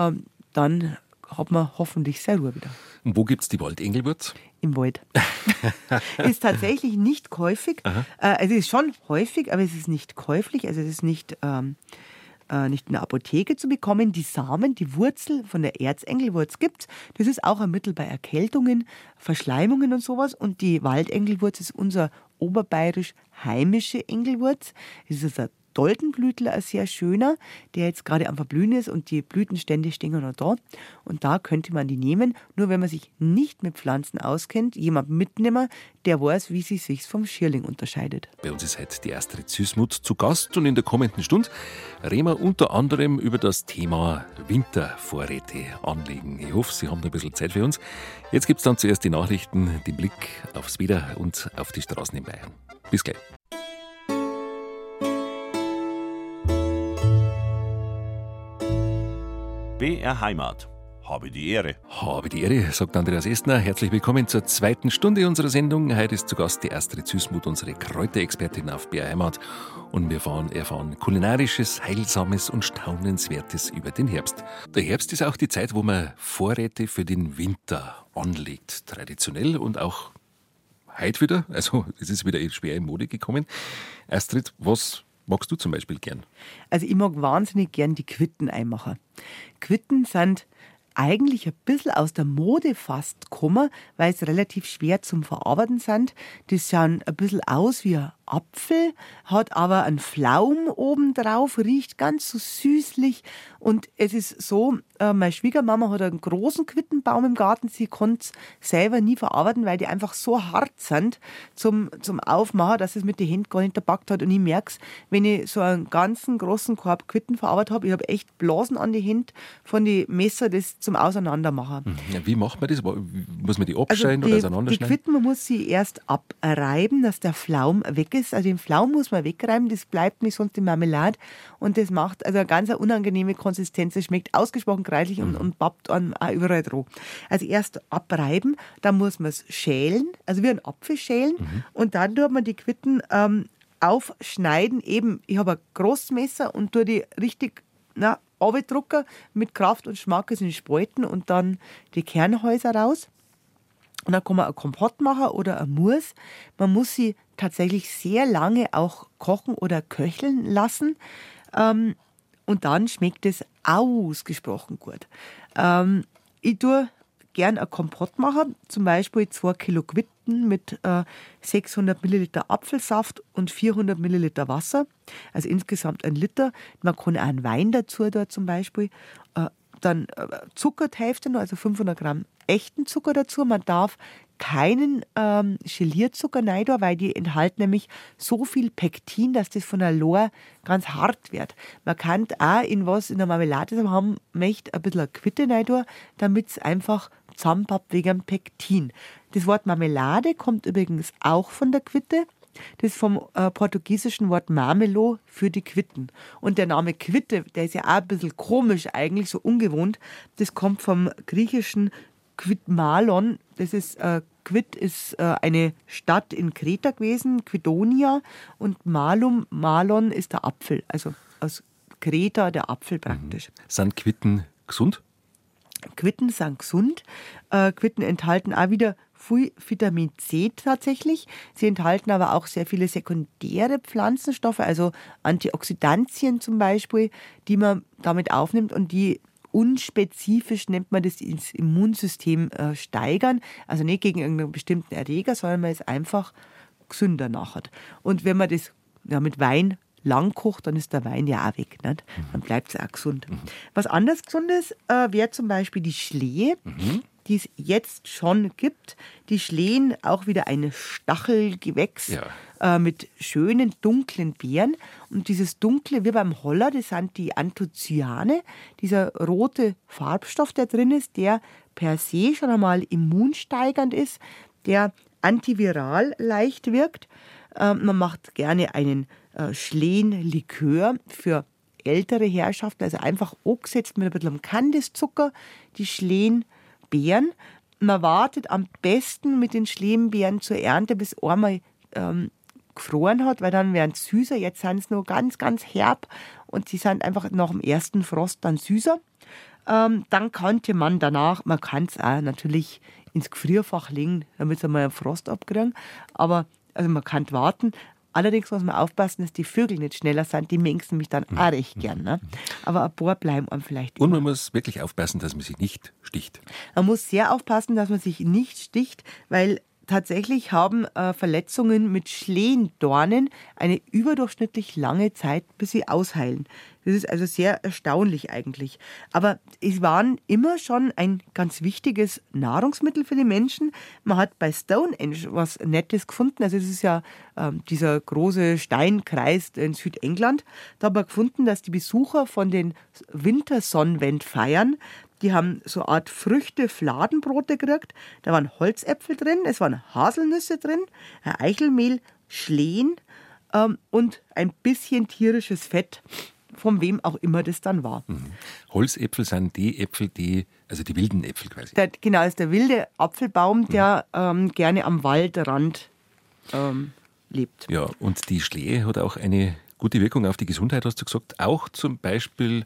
dann hat man hoffentlich sehr Ruhe wieder. Und wo gibt es die Waldengelwurz? Im Wald. Ist tatsächlich nicht käufig. Also es ist schon häufig, aber es ist nicht käuflich. Also es ist nicht in der Apotheke zu bekommen. Die Samen, die Wurzel von der Erzengelwurz gibt's. Das ist auch ein Mittel bei Erkältungen, Verschleimungen und sowas. Und die Waldengelwurz ist unser oberbayerisch heimische Engelwurz. Es ist ein Doldenblütler, ein sehr schöner, der jetzt gerade am Verblühen ist und die Blütenstände stehen noch da. Und da könnte man die nehmen. Nur wenn man sich nicht mit Pflanzen auskennt, jemand mitnehmen, der weiß, wie sie sich vom Schierling unterscheidet. Bei uns ist heute die Astrid Süßmuth zu Gast und in der kommenden Stunde reden wir unter anderem über das Thema Wintervorräte anlegen. Ich hoffe, Sie haben noch ein bisschen Zeit für uns. Jetzt gibt es dann zuerst die Nachrichten, den Blick aufs Wetter und auf die Straßen in Bayern. Bis gleich. BR Heimat. Habe die Ehre. Habe die Ehre, sagt Andreas Estner. Herzlich willkommen zur zweiten Stunde unserer Sendung. Heute ist zu Gast die Astrid Süßmuth, unsere Kräuterexpertin auf BR Heimat. Und wir erfahren Kulinarisches, Heilsames und Staunenswertes über den Herbst. Der Herbst ist auch die Zeit, wo man Vorräte für den Winter anlegt. Traditionell und auch heute wieder. Also es ist wieder schwer in Mode gekommen. Astrid, was magst du zum Beispiel gern? Also ich mag wahnsinnig gern die Quitten einmachen. Quitten sind eigentlich ein bisschen aus der Mode fast gekommen, weil es relativ schwer zum Verarbeiten sind. Das schauen ein bisschen aus wie ein Apfel, hat aber einen Pflaum obendrauf, riecht ganz so süßlich. Und es ist so, meine Schwiegermama hat einen großen Quittenbaum im Garten. Sie konnte es selber nie verarbeiten, weil die einfach so hart sind zum Aufmachen, dass es mit den Händen gar nicht gepackt hat. Und ich merke es, wenn ich so einen ganzen großen Korb Quitten verarbeitet habe, ich habe echt Blasen an die Hände von den Messer, das zum Auseinandermachen. Ja, wie macht man das? Muss man die abschneiden oder auseinanderschneiden? Die Quitten, man muss sie erst abreiben, dass der Pflaum weg ist. Also den Pflaum muss man wegreiben, das bleibt nicht sonst in Marmelade. Und das macht also eine ganz unangenehme Konsistenz. Es schmeckt ausgesprochen kreislich und pappt auch überall drauf. Also erst abreiben, dann muss man es schälen, also wie ein Apfel schälen. Und dann tut man die Quitten aufschneiden. Eben, ich habe ein großes Messer und tue die richtig runterdrücken mit Kraft und Schmackes in Spalten und dann die Kernhäuser raus. Und dann kann man ein Kompott machen oder ein Mousse. Man muss sie tatsächlich sehr lange auch kochen oder köcheln lassen. Und dann schmeckt es ausgesprochen gut. Ich tue gern ein Kompott machen, zum Beispiel 2 Kilo Quitten mit 600 Milliliter Apfelsaft und 400 Milliliter Wasser, also insgesamt 1 Liter. Man kann auch einen Wein dazu tun zum Beispiel. Dann Zucker die Hälfte noch, also 500 Gramm echten Zucker dazu. Man darf keinen Gelierzucker rein tun, weil die enthalten nämlich so viel Pektin, dass das von der Lor ganz hart wird. Man kann auch in der Marmelade haben möchte, ein bisschen Quitte rein tun, damit es einfach zusammenpappt wegen dem Pektin. Das Wort Marmelade kommt übrigens auch von der Quitte. Das ist vom portugiesischen Wort Marmelo für die Quitten. Und der Name Quitte, der ist ja auch ein bisschen komisch eigentlich, so ungewohnt. Das kommt vom griechischen Quidmalon. Das ist, Quid ist eine Stadt in Kreta gewesen, Quidonia. Und Malon ist der Apfel. Also aus Kreta der Apfel praktisch. Sind Quitten gesund? Quitten sind gesund. Quitten enthalten auch wieder viel Vitamin C tatsächlich. Sie enthalten aber auch sehr viele sekundäre Pflanzenstoffe, also Antioxidantien zum Beispiel, die man damit aufnimmt und die unspezifisch, nennt man das, ins Immunsystem steigern. Also nicht gegen irgendeinen bestimmten Erreger, sondern man ist einfach gesünder nachher. Und wenn man das mit Wein lang kocht, dann ist der Wein ja auch weg. Nicht? Dann bleibt es auch gesund. Was anders Gesundes wäre zum Beispiel die Schlehe, die es jetzt schon gibt. Die Schlehen, auch wieder ein Stachelgewächs mit schönen dunklen Beeren. Und dieses dunkle, wie beim Holler, das sind die Anthocyane, dieser rote Farbstoff, der drin ist, der per se schon einmal immunsteigernd ist, der antiviral leicht wirkt. Man macht gerne einen Schlehenlikör für ältere Herrschaften, also einfach angesetzt mit ein bisschen Kandiszucker, die Schlehenbeeren. Man wartet am besten mit den Schlehenbeeren zur Ernte, bis einmal gefroren hat, weil dann werden sie süßer. Jetzt sind sie noch ganz, ganz herb und sie sind einfach nach dem ersten Frost dann süßer. Dann könnte man danach, man kann es auch natürlich ins Gefrierfach legen, damit sie mal einen Frost abkriegen, aber also man kann warten. Allerdings muss man aufpassen, dass die Vögel nicht schneller sind. Die mengen mich dann auch recht gern. Ne? Aber ein paar bleiben einem vielleicht Und man muss wirklich aufpassen, dass man sich nicht sticht. Man muss sehr aufpassen, dass man sich nicht sticht, weil tatsächlich haben Verletzungen mit Schlehendornen eine überdurchschnittlich lange Zeit, bis sie ausheilen. Das ist also sehr erstaunlich eigentlich. Aber es waren immer schon ein ganz wichtiges Nahrungsmittel für die Menschen. Man hat bei Stonehenge was Nettes gefunden. Also es ist ja dieser große Steinkreis in Südengland. Da hat man gefunden, dass die Besucher von den Wintersonnenwendfeiern, die haben so eine Art Früchte-Fladenbrote gekriegt. Da waren Holzäpfel drin, es waren Haselnüsse drin, ein Eichelmehl, Schlehen und ein bisschen tierisches Fett, von wem auch immer das dann war. Holzäpfel sind die Äpfel, also die wilden Äpfel quasi. Genau, das ist der wilde Apfelbaum, der gerne am Waldrand lebt. Ja, und die Schlehe hat auch eine gute Wirkung auf die Gesundheit, hast du gesagt. Auch zum Beispiel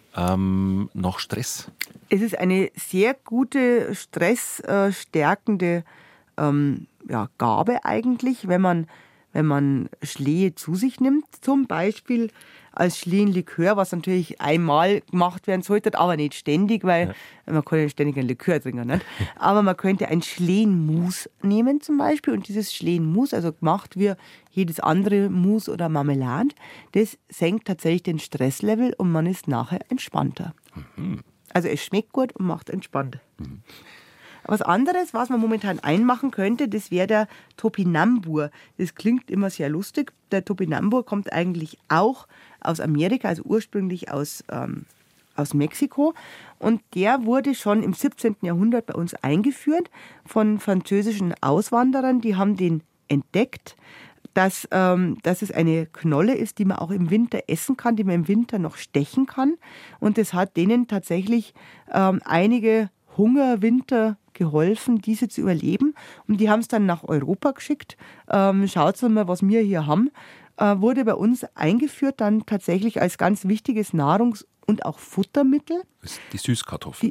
nach Stress. Es ist eine sehr gute stressstärkende Gabe eigentlich, wenn man wenn man Schlehe zu sich nimmt, zum Beispiel als Schlehenlikör, was natürlich einmal gemacht werden sollte, aber nicht ständig, weil man kann ja ständig einen Likör trinken. Nicht? Aber man könnte ein Schlehenmus nehmen zum Beispiel und dieses Schlehenmus, also gemacht wie jedes andere Mus oder Marmelade, das senkt tatsächlich den Stresslevel und man ist nachher entspannter. Also es schmeckt gut und macht entspannt. Was anderes, was man momentan einmachen könnte, das wäre der Topinambur. Das klingt immer sehr lustig. Der Topinambur kommt eigentlich auch aus Amerika, also ursprünglich aus Mexiko. Und der wurde schon im 17. Jahrhundert bei uns eingeführt von französischen Auswanderern. Die haben den entdeckt, dass es eine Knolle ist, die man auch im Winter essen kann, die man im Winter noch stechen kann. Und das hat denen tatsächlich einige Hungerwinter geholfen, diese zu überleben. Und die haben es dann nach Europa geschickt. Schaut mal, was wir hier haben. Wurde bei uns eingeführt dann tatsächlich als ganz wichtiges Nahrungs- und auch Futtermittel. Das ist die Süßkartoffel.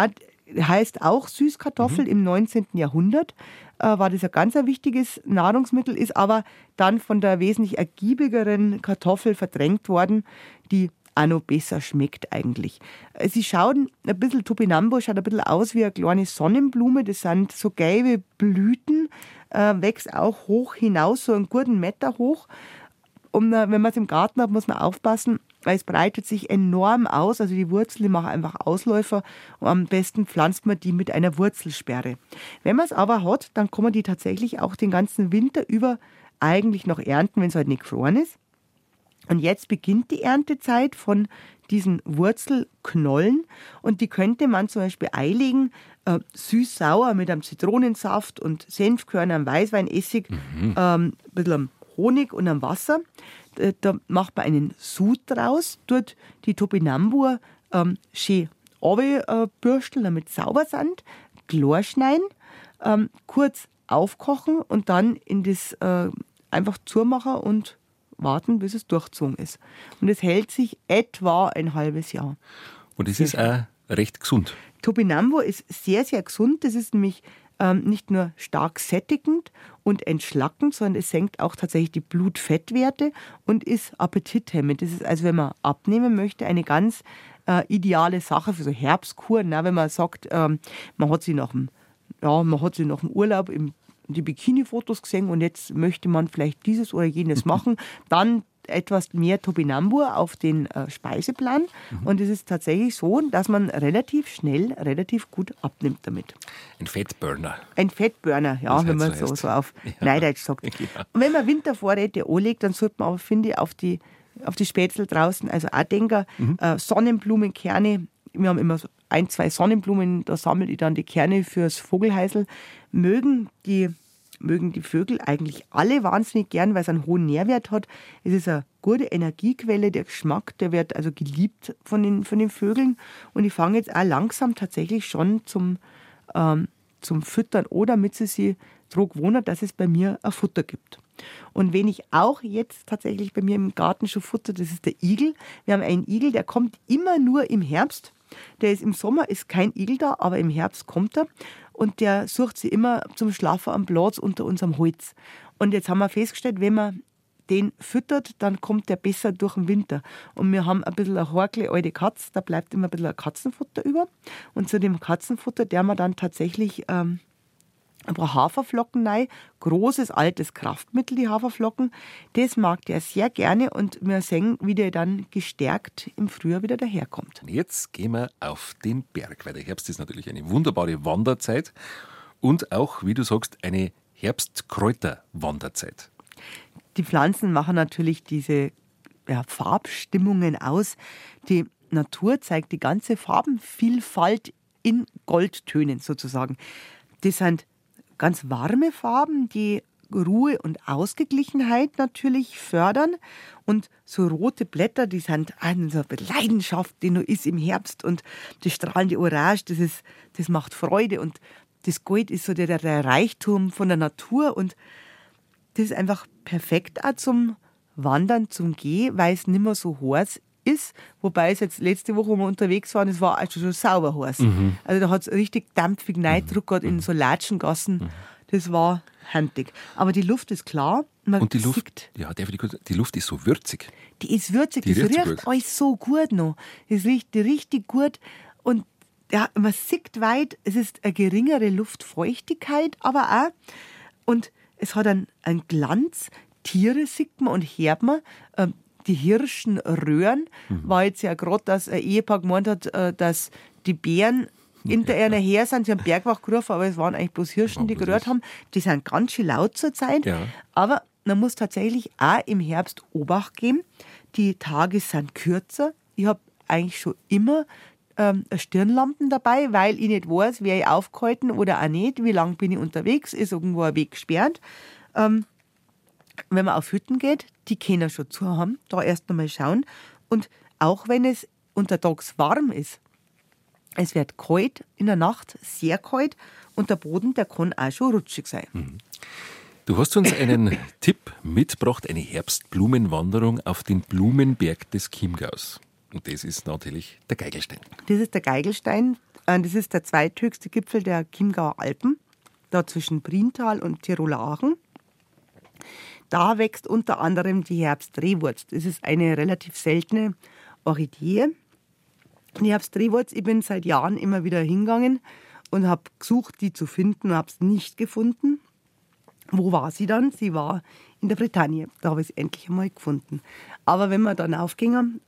Heißt auch Süßkartoffel. Im 19. Jahrhundert war das ein ganz wichtiges Nahrungsmittel, ist aber dann von der wesentlich ergiebigeren Kartoffel verdrängt worden, die auch noch besser schmeckt eigentlich. Sie schauen ein bisschen, Topinambur schaut ein bisschen aus wie eine kleine Sonnenblume. Das sind so gelbe Blüten, wächst auch hoch hinaus, so einen guten Meter hoch. Und wenn man es im Garten hat, muss man aufpassen, weil es breitet sich enorm aus. Also die Wurzeln, die machen einfach Ausläufer. Und am besten pflanzt man die mit einer Wurzelsperre. Wenn man es aber hat, dann kann man die tatsächlich auch den ganzen Winter über eigentlich noch ernten, wenn es halt nicht gefroren ist. Und jetzt beginnt die Erntezeit von diesen Wurzelknollen und die könnte man zum Beispiel einlegen, süß-sauer mit einem Zitronensaft und Senfkörnern, Weißweinessig, ein bisschen Honig und einem Wasser. Da macht man einen Sud draus, tut die Topinambur schön runterbürsteln, damit sie sauber sind, klar schneiden, kurz aufkochen und dann in das einfach zumachen und warten, bis es durchgezogen ist. Und es hält sich etwa ein halbes Jahr. Und es ist auch recht gesund. Topinambur ist sehr, sehr gesund. Das ist nämlich nicht nur stark sättigend und entschlackend, sondern es senkt auch tatsächlich die Blutfettwerte und ist appetithemmend. Das ist also, wenn man abnehmen möchte, eine ganz ideale Sache für so Herbstkuren. Wenn man sagt, man hat sie nach dem Urlaub die Bikini-Fotos gesehen und jetzt möchte man vielleicht dieses oder jenes machen, dann etwas mehr Topinambur auf den Speiseplan. Und es ist tatsächlich so, dass man relativ schnell, relativ gut abnimmt damit. Ein Fettburner. Ein Fettburner, ja, das wenn man heißt. so auf Neideutsch sagt. Ja. Und wenn man Wintervorräte anlegt, dann sollte man aber, finde ich, auf die Spätzle draußen, also auch denken, Sonnenblumenkerne. Wir haben immer so 1, 2 Sonnenblumen, da sammle ich dann die Kerne fürs Vogelhäusl. Mögen die Vögel eigentlich alle wahnsinnig gern, weil es einen hohen Nährwert hat. Es ist eine gute Energiequelle, der Geschmack, der wird also geliebt von den Vögeln. Und ich fange jetzt auch langsam tatsächlich schon zum Füttern oder damit sie dran gewohnt, dass es bei mir ein Futter gibt. Und wenn ich auch jetzt tatsächlich bei mir im Garten schon futter, das ist der Igel. Wir haben einen Igel, der kommt immer nur im Herbst. Der ist im Sommer, ist kein Igel da, aber im Herbst kommt er. Und der sucht sich immer zum Schlafen am Platz unter unserem Holz. Und jetzt haben wir festgestellt, wenn man den füttert, dann kommt der besser durch den Winter. Und wir haben ein bisschen eine horkle alte Katze, da bleibt immer ein bisschen ein Katzenfutter über. Und zu dem Katzenfutter, der wir dann tatsächlich ein paar Haferflocken rein. Großes, altes Kraftmittel, die Haferflocken. Das mag der sehr gerne und wir sehen, wie der dann gestärkt im Frühjahr wieder daherkommt. Und jetzt gehen wir auf den Berg, weil der Herbst ist natürlich eine wunderbare Wanderzeit und auch, wie du sagst, eine Herbstkräuterwanderzeit. Die Pflanzen machen natürlich diese Farbstimmungen aus. Die Natur zeigt die ganze Farbenvielfalt in Goldtönen sozusagen. Das sind ganz warme Farben, die Ruhe und Ausgeglichenheit natürlich fördern. Und so rote Blätter, die sind so eine Leidenschaft, die noch ist im Herbst. Und das strahlende Orange, das macht Freude. Und das Gold ist so der Reichtum von der Natur. Und das ist einfach perfekt auch zum Wandern, zum Gehen, weil es nicht mehr so heiß ist. Wobei es jetzt letzte Woche, wo wir unterwegs waren, es war also schon sauber heiß. Also da hat es richtig dampfig Neidruck gehabt in so Latschengassen. Das war handig. Aber die Luft ist klar Man Und die Luft, sieht, ja, die Luft ist so würzig. die ist würzig, Die das riecht so riecht gut. euch so gut noch. Das riecht richtig gut und ja, man sieht weit, es ist eine geringere Luftfeuchtigkeit, aber auch, und es hat einen Glanz. Tiere sieht man und hört man. Die Hirschen röhren. War jetzt ja gerade, dass ein Ehepaar gemeint hat, dass die Bären hinter einer her sind. Sie haben Bergwacht gerufen, aber es waren eigentlich bloß Hirschen, die gerührt haben. Die sind ganz schön laut zur Zeit. Ja. Aber man muss tatsächlich auch im Herbst Obacht geben. Die Tage sind kürzer. Ich habe eigentlich schon immer Stirnlampen dabei, weil ich nicht weiß, wäre ich aufgehalten oder auch nicht, wie lange bin ich unterwegs, ist irgendwo ein Weg gesperrt. Wenn man auf Hütten geht, die können schon zu haben, da erst noch mal schauen. Und auch wenn es untertags warm ist, es wird kalt in der Nacht, sehr kalt, und der Boden, der kann auch schon rutschig sein. Du hast uns einen Tipp mitgebracht, eine Herbstblumenwanderung auf den Blumenberg des Chiemgaus. Und das ist natürlich der Geigelstein. Das ist der Geigelstein, das ist der zweithöchste Gipfel der Chiemgauer Alpen, da zwischen Priental und Tiroler Aachen. Da wächst unter anderem die Herbstdrehwurz. Das ist eine relativ seltene Orchidee. Die Herbstdrehwurz, ich bin seit Jahren immer wieder hingegangen und habe gesucht, die zu finden, und habe es nicht gefunden. Wo war sie dann? Sie war in der Bretagne. Da habe ich sie endlich einmal gefunden. Aber wenn wir dann aufgingen,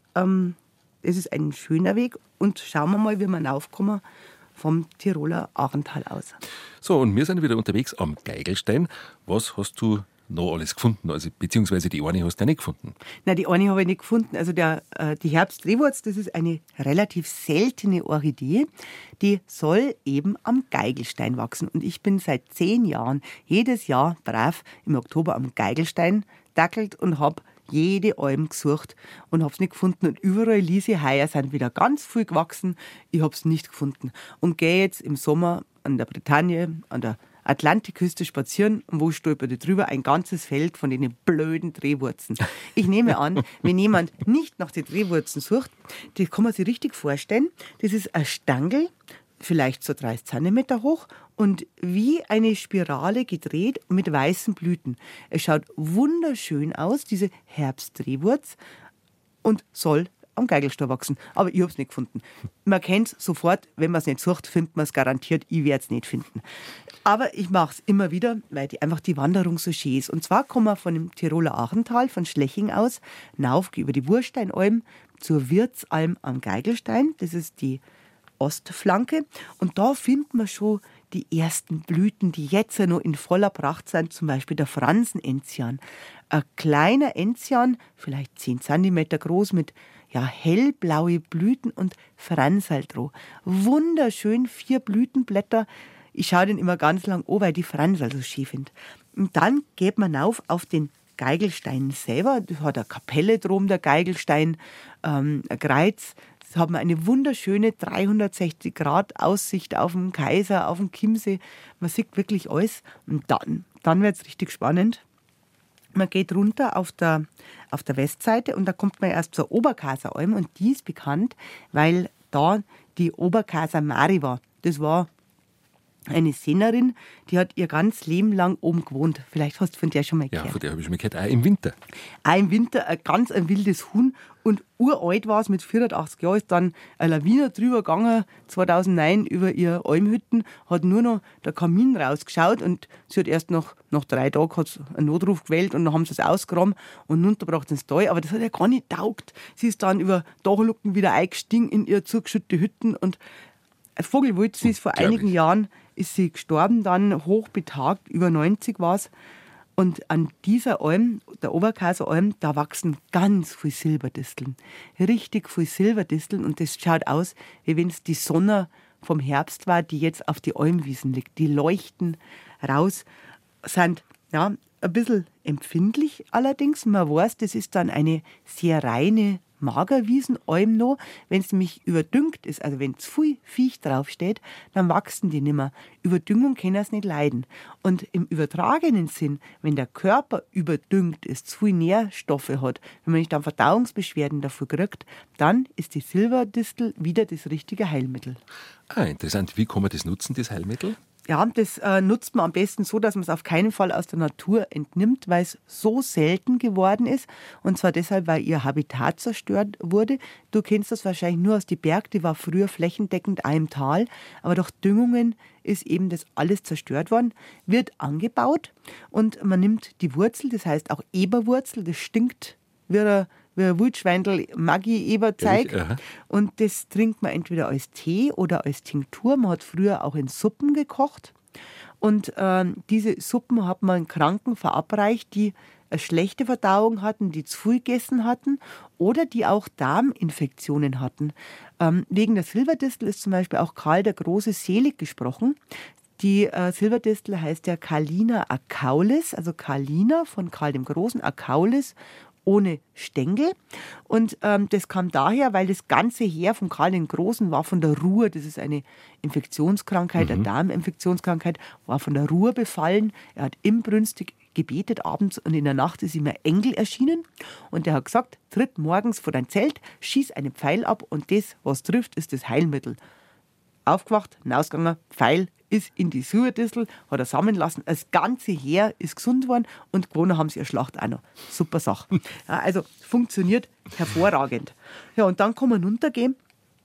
es ist ein schöner Weg, und schauen wir mal, wie wir raufkommen vom Tiroler Aachental aus. So, und wir sind wieder unterwegs am Geigelstein. Was hast du noch alles gefunden? Also, beziehungsweise die eine hast du ja nicht gefunden. Nein, die eine habe ich nicht gefunden. Also die Herbstdrehwurz, das ist eine relativ seltene Orchidee, die soll eben am Geigelstein wachsen. Und ich bin seit 10 Jahren jedes Jahr brav im Oktober am Geigelstein dackelt und habe jede Alm gesucht und habe es nicht gefunden. Und überall Liese heuer sind wieder ganz viel gewachsen. Ich habe es nicht gefunden. Und gehe jetzt im Sommer an der Bretagne, an der Atlantikküste spazieren, und wo stolpert ich drüber? Ein ganzes Feld von den blöden Drehwurzen. Ich nehme an, wenn jemand nicht nach den Drehwurzen sucht, das kann man sich richtig vorstellen. Das ist ein Stangel, vielleicht so 30 Zentimeter hoch und wie eine Spirale gedreht mit weißen Blüten. Es schaut wunderschön aus, diese Herbstdrehwurz, und soll am Geigelstein wachsen. Aber ich habe es nicht gefunden. Man kennt es sofort, wenn man es nicht sucht, findet man es garantiert. Ich werde es nicht finden. Aber ich mache es immer wieder, weil einfach die Wanderung so schön ist. Und zwar kommen wir von dem Tiroler Aachental, von Schleching aus, hinauf über die Wursteinalm zur Wirtsalm am Geigelstein. Das ist die Ostflanke. Und da findet man schon die ersten Blüten, die jetzt ja noch in voller Pracht sind, zum Beispiel der Fransenenzian. Ein kleiner Enzian, vielleicht 10 Zentimeter groß, mit hellblaue Blüten und Franserl drauf. Wunderschön, 4 Blütenblätter. Ich schaue den immer ganz lang an, weil die Franserl so schön finde. Und dann geht man auf den Geigelstein selber. Das hat eine Kapelle drum, der Geigelstein, ein Kreuz. Das hat man eine wunderschöne 360-Grad-Aussicht auf den Kaiser, auf den Chiemsee. Man sieht wirklich alles. Und dann wird es richtig spannend. Man geht runter auf der Westseite, und da kommt man erst zur Oberkaseralm, und die ist bekannt, weil da die Oberkaser Mari war. Das war eine Sängerin, die hat ihr ganzes Leben lang oben gewohnt. Vielleicht hast du von der schon mal gehört. Ja, von der habe ich schon mal gehört. Auch im Winter. Auch im Winter ein wildes Huhn. Und uralt war es, mit 84 Jahren ist dann eine Lawine drüber gegangen, 2009 über ihr Almhütten, hat nur noch der Kamin rausgeschaut, und sie hat erst nach 3 Tagen hat's einen Notruf gewählt, und dann haben sie es ausgeräumt und runtergebracht ins Tal. Aber das hat ja gar nicht taugt. Sie ist dann über Dachlucken wieder eingestiegen in ihr zugeschüttete Hütten, und Vogelwild, sie ist vor einigen Jahren ist sie gestorben, dann hochbetagt, über 90 war es. Und an dieser Alm, der Oberkaseralm, da wachsen ganz viel Silberdisteln. Richtig viel Silberdisteln, und das schaut aus, wie wenn es die Sonne vom Herbst war, die jetzt auf die Almwiesen liegt. Die leuchten raus, sind ein bisschen empfindlich allerdings. Man weiß, das ist dann eine sehr reine Magerwiesenalm noch. Wenn es nämlich überdüngt ist, also wenn zu viel Viech draufsteht, dann wachsen die nimmer. Überdüngung kann es nicht leiden. Und im übertragenen Sinn, wenn der Körper überdüngt ist, zu viel Nährstoffe hat, wenn man nicht dann Verdauungsbeschwerden dafür kriegt, dann ist die Silberdistel wieder das richtige Heilmittel. Ah, interessant. Wie kann man das nutzen, das Heilmittel? Ja, das nutzt man am besten so, dass man es auf keinen Fall aus der Natur entnimmt, weil es so selten geworden ist. Und zwar deshalb, weil ihr Habitat zerstört wurde. Du kennst das wahrscheinlich nur aus die Berg, die war früher flächendeckend auch im Tal. Aber durch Düngungen ist eben das alles zerstört worden, wird angebaut und man nimmt die Wurzel, das heißt auch Eberwurzel, das stinkt wie ein Wildschweindl, Maggi-Eberzeig. Und das trinkt man entweder als Tee oder als Tinktur. Man hat früher auch in Suppen gekocht. Und diese Suppen hat man Kranken verabreicht, die eine schlechte Verdauung hatten, die zu viel gegessen hatten oder die auch Darminfektionen hatten. Wegen der Silberdistel ist zum Beispiel auch Karl der Große selig gesprochen. Die Silberdistel heißt ja Carlina acaulis, also Carlina von Karl dem Großen, acaulis, ohne Stängel. Und das kam daher, weil das ganze Heer von Karl den Großen war von der Ruhr, das ist eine Infektionskrankheit, eine Darminfektionskrankheit, war von der Ruhr befallen. Er hat inbrünstig gebetet abends und in der Nacht ist ihm ein Engel erschienen und der hat gesagt, tritt morgens vor dein Zelt, schieß einen Pfeil ab und das, was trifft, ist das Heilmittel. Aufgewacht, hinausgegangen, Pfeil ist in die Silberdistel, hat er sammeln lassen. Das ganze Heer ist gesund worden und gewonnen haben sie ihre Schlacht auch noch. Super Sache. Ja, also funktioniert hervorragend. Ja, und dann kann man runtergehen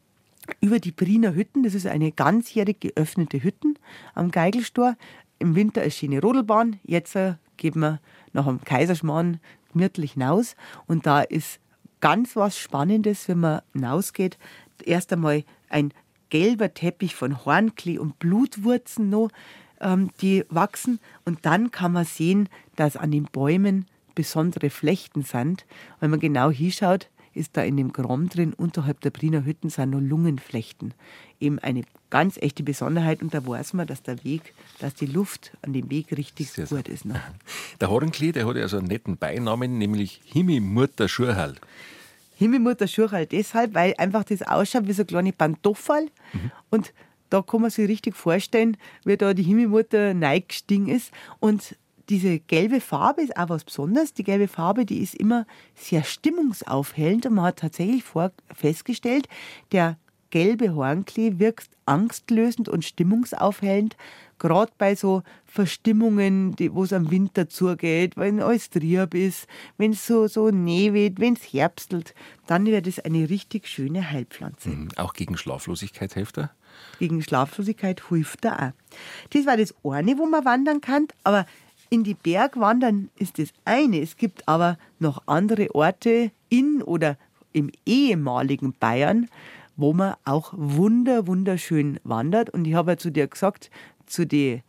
über die Briener Hütten. Das ist eine ganzjährig geöffnete Hütten am Geigelstor. Im Winter ist schöne Rodelbahn. Jetzt gehen wir nach dem Kaiserschmarrn gemütlich hinaus. Und da ist ganz was Spannendes, wenn man hinausgeht. Erst einmal ein gelber Teppich von Hornklee und Blutwurzen noch, die wachsen. Und dann kann man sehen, dass an den Bäumen besondere Flechten sind. Wenn man genau hinschaut, ist da in dem Gramm drin, unterhalb der Briener Hütten sind noch Lungenflechten. Eben eine ganz echte Besonderheit. Und da weiß man, dass der Weg, dass die Luft an dem Weg richtig gut ist. Ne? Der Hornklee, der hat ja so einen netten Beinamen, nämlich Himmelmutter Schurhal. Himmelmutter Schurhal deshalb, weil einfach das ausschaut wie so kleine Pantoffeln. Und da kann man sich richtig vorstellen, wie da die Himmelmutter neigestiegen ist. Und diese gelbe Farbe ist auch was Besonderes. Die gelbe Farbe, die ist immer sehr stimmungsaufhellend. Und man hat tatsächlich festgestellt, der gelbe Hornklee wirkt angstlösend und stimmungsaufhellend. Gerade bei so Verstimmungen, wo es am Winter zugeht, wenn alles trüb ist, wenn es so nevet, wenn es herbstelt, dann wäre das eine richtig schöne Heilpflanze. Auch gegen Schlaflosigkeit hilft er? Gegen Schlaflosigkeit hilft er auch. Das war das eine, wo man wandern kann, aber in die Berg wandern ist das eine. Es gibt aber noch andere Orte in oder im ehemaligen Bayern, wo man auch wunderschön wandert. Und ich habe ja zu dir gesagt, zu den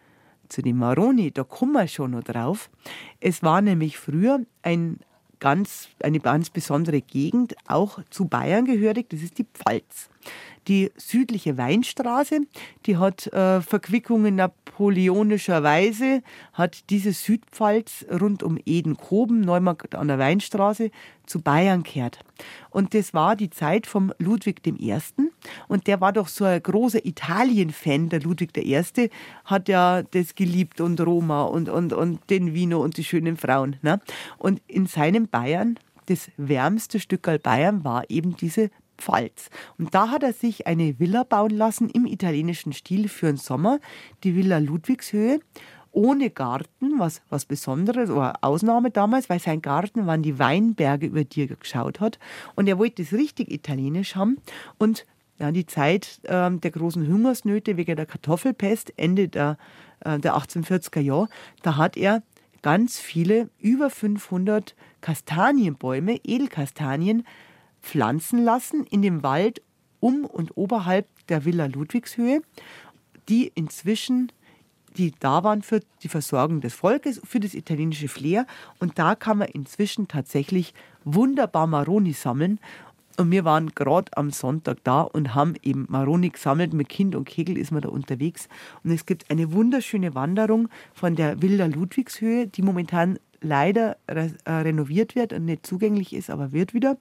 Maroni, da kommen wir schon noch drauf. Es war nämlich früher eine ganz besondere Gegend, auch zu Bayern gehörig, das ist die Pfalz. Die südliche Weinstraße, die hat Verquickungen napoleonischer Weise, hat diese Südpfalz rund um Edenkoben, Neumarkt an der Weinstraße, zu Bayern gehört. Und das war die Zeit vom Ludwig I. Und der war doch so ein großer Italien-Fan, der Ludwig I. Hat ja das geliebt und Roma und den Vino und die schönen Frauen. Ne? Und in seinem Bayern, das wärmste Stückerl Bayern, war eben diese Pfalz. Und da hat er sich eine Villa bauen lassen im italienischen Stil für den Sommer, die Villa Ludwigshöhe, ohne Garten, was Besonderes oder Ausnahme damals, weil sein Garten waren die Weinberge, über die er geschaut hat. Und er wollte das richtig italienisch haben. Und ja, die Zeit der großen Hungersnöte wegen der Kartoffelpest, Ende der 1840er Jahre, da hat er ganz viele, über 500 Kastanienbäume, Edelkastanien, pflanzen lassen in dem Wald um und oberhalb der Villa Ludwigshöhe, die inzwischen da waren für die Versorgung des Volkes, für das italienische Flair. Und da kann man inzwischen tatsächlich wunderbar Maroni sammeln. Und wir waren gerade am Sonntag da und haben eben Maroni gesammelt. Mit Kind und Kegel ist man da unterwegs. Und es gibt eine wunderschöne Wanderung von der Villa Ludwigshöhe, die momentan leider renoviert wird und nicht zugänglich ist, aber wird wieder.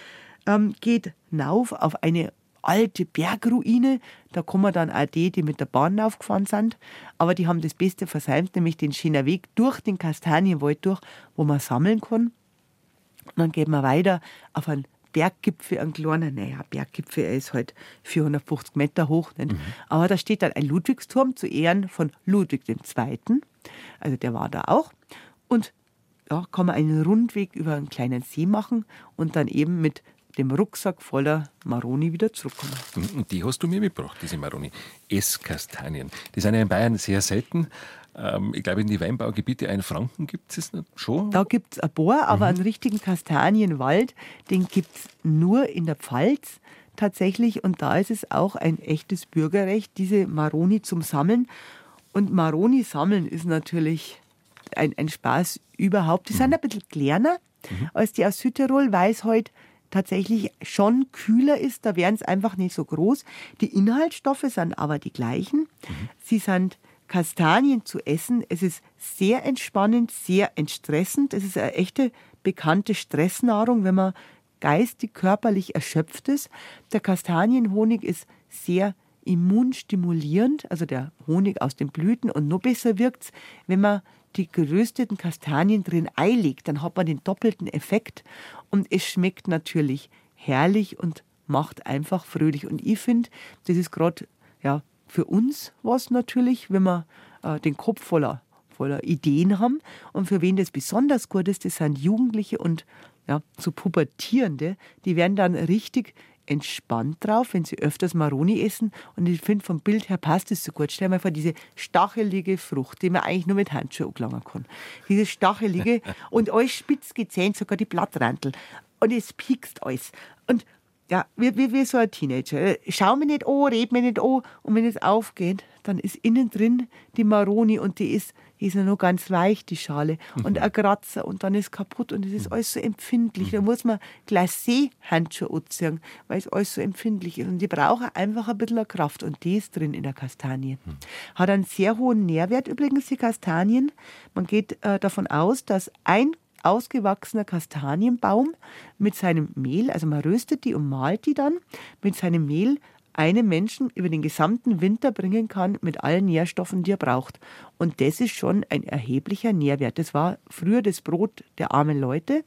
Geht hinauf auf eine alte Bergruine. Da kommen dann auch die mit der Bahn aufgefahren sind. Aber die haben das Beste versäumt, nämlich den schönen Weg durch den Kastanienwald durch, wo man sammeln kann. Und dann geht man weiter auf einen Berggipfel, ein kleiner, Berggipfel, er ist halt 450 Meter hoch. Nicht? Aber da steht dann ein Ludwigsturm zu Ehren von Ludwig II., also der war da auch. Und da kann man einen Rundweg über einen kleinen See machen und dann eben mit dem Rucksack voller Maroni wieder zurückkommen. Und die hast du mir mitgebracht, diese Maroni. Esskastanien. Die sind ja in Bayern sehr selten. Ich glaube, in die Weinbaugebiete in Franken gibt es schon. Da gibt es ein paar, aber einen richtigen Kastanienwald, den gibt es nur in der Pfalz tatsächlich. Und da ist es auch ein echtes Bürgerrecht, diese Maroni zum Sammeln. Und Maroni sammeln ist natürlich ein Spaß überhaupt. Die sind ein bisschen kleiner als die aus Südtirol, weil es heute tatsächlich schon kühler ist. Da wären es einfach nicht so groß. Die Inhaltsstoffe sind aber die gleichen. Sie sind Kastanien zu essen. Es ist sehr entspannend, sehr entstressend. Es ist eine echte bekannte Stressnahrung, wenn man geistig, körperlich erschöpft ist. Der Kastanienhonig ist sehr immunstimulierend, also der Honig aus den Blüten. Und noch besser wirkt es, wenn man die gerösteten Kastanien drin einlegt, dann hat man den doppelten Effekt und es schmeckt natürlich herrlich und macht einfach fröhlich. Und ich finde, das ist gerade für uns was natürlich, wenn wir den Kopf voller Ideen haben. Und für wen das besonders gut ist, das sind Jugendliche und so Pubertierende, die werden dann richtig entspannt drauf, wenn sie öfters Maroni essen. Und ich finde, vom Bild her passt es so gut. Stell dir mal vor, diese stachelige Frucht, die man eigentlich nur mit Handschuhen anlangen kann. Diese stachelige und alles spitz gezähnt, sogar die Blattrantel. Und es piekst alles. Und wie so ein Teenager. Schau mich nicht an, red mich nicht an. Und wenn es aufgeht, dann ist innen drin die Maroni und die ist ja noch ganz weich, die Schale. Und ein Kratzer und dann ist kaputt und es ist alles so empfindlich. Da muss man Glacé-Handschuhe anziehen, weil es alles so empfindlich ist. Und die brauchen einfach ein bisschen Kraft und die ist drin in der Kastanie. Hat einen sehr hohen Nährwert übrigens, die Kastanien. Man geht davon aus, dass ein ausgewachsener Kastanienbaum mit seinem Mehl, also man röstet die und mahlt die dann, mit seinem Mehl einem Menschen über den gesamten Winter bringen kann mit allen Nährstoffen, die er braucht. Und das ist schon ein erheblicher Nährwert. Das war früher das Brot der armen Leute.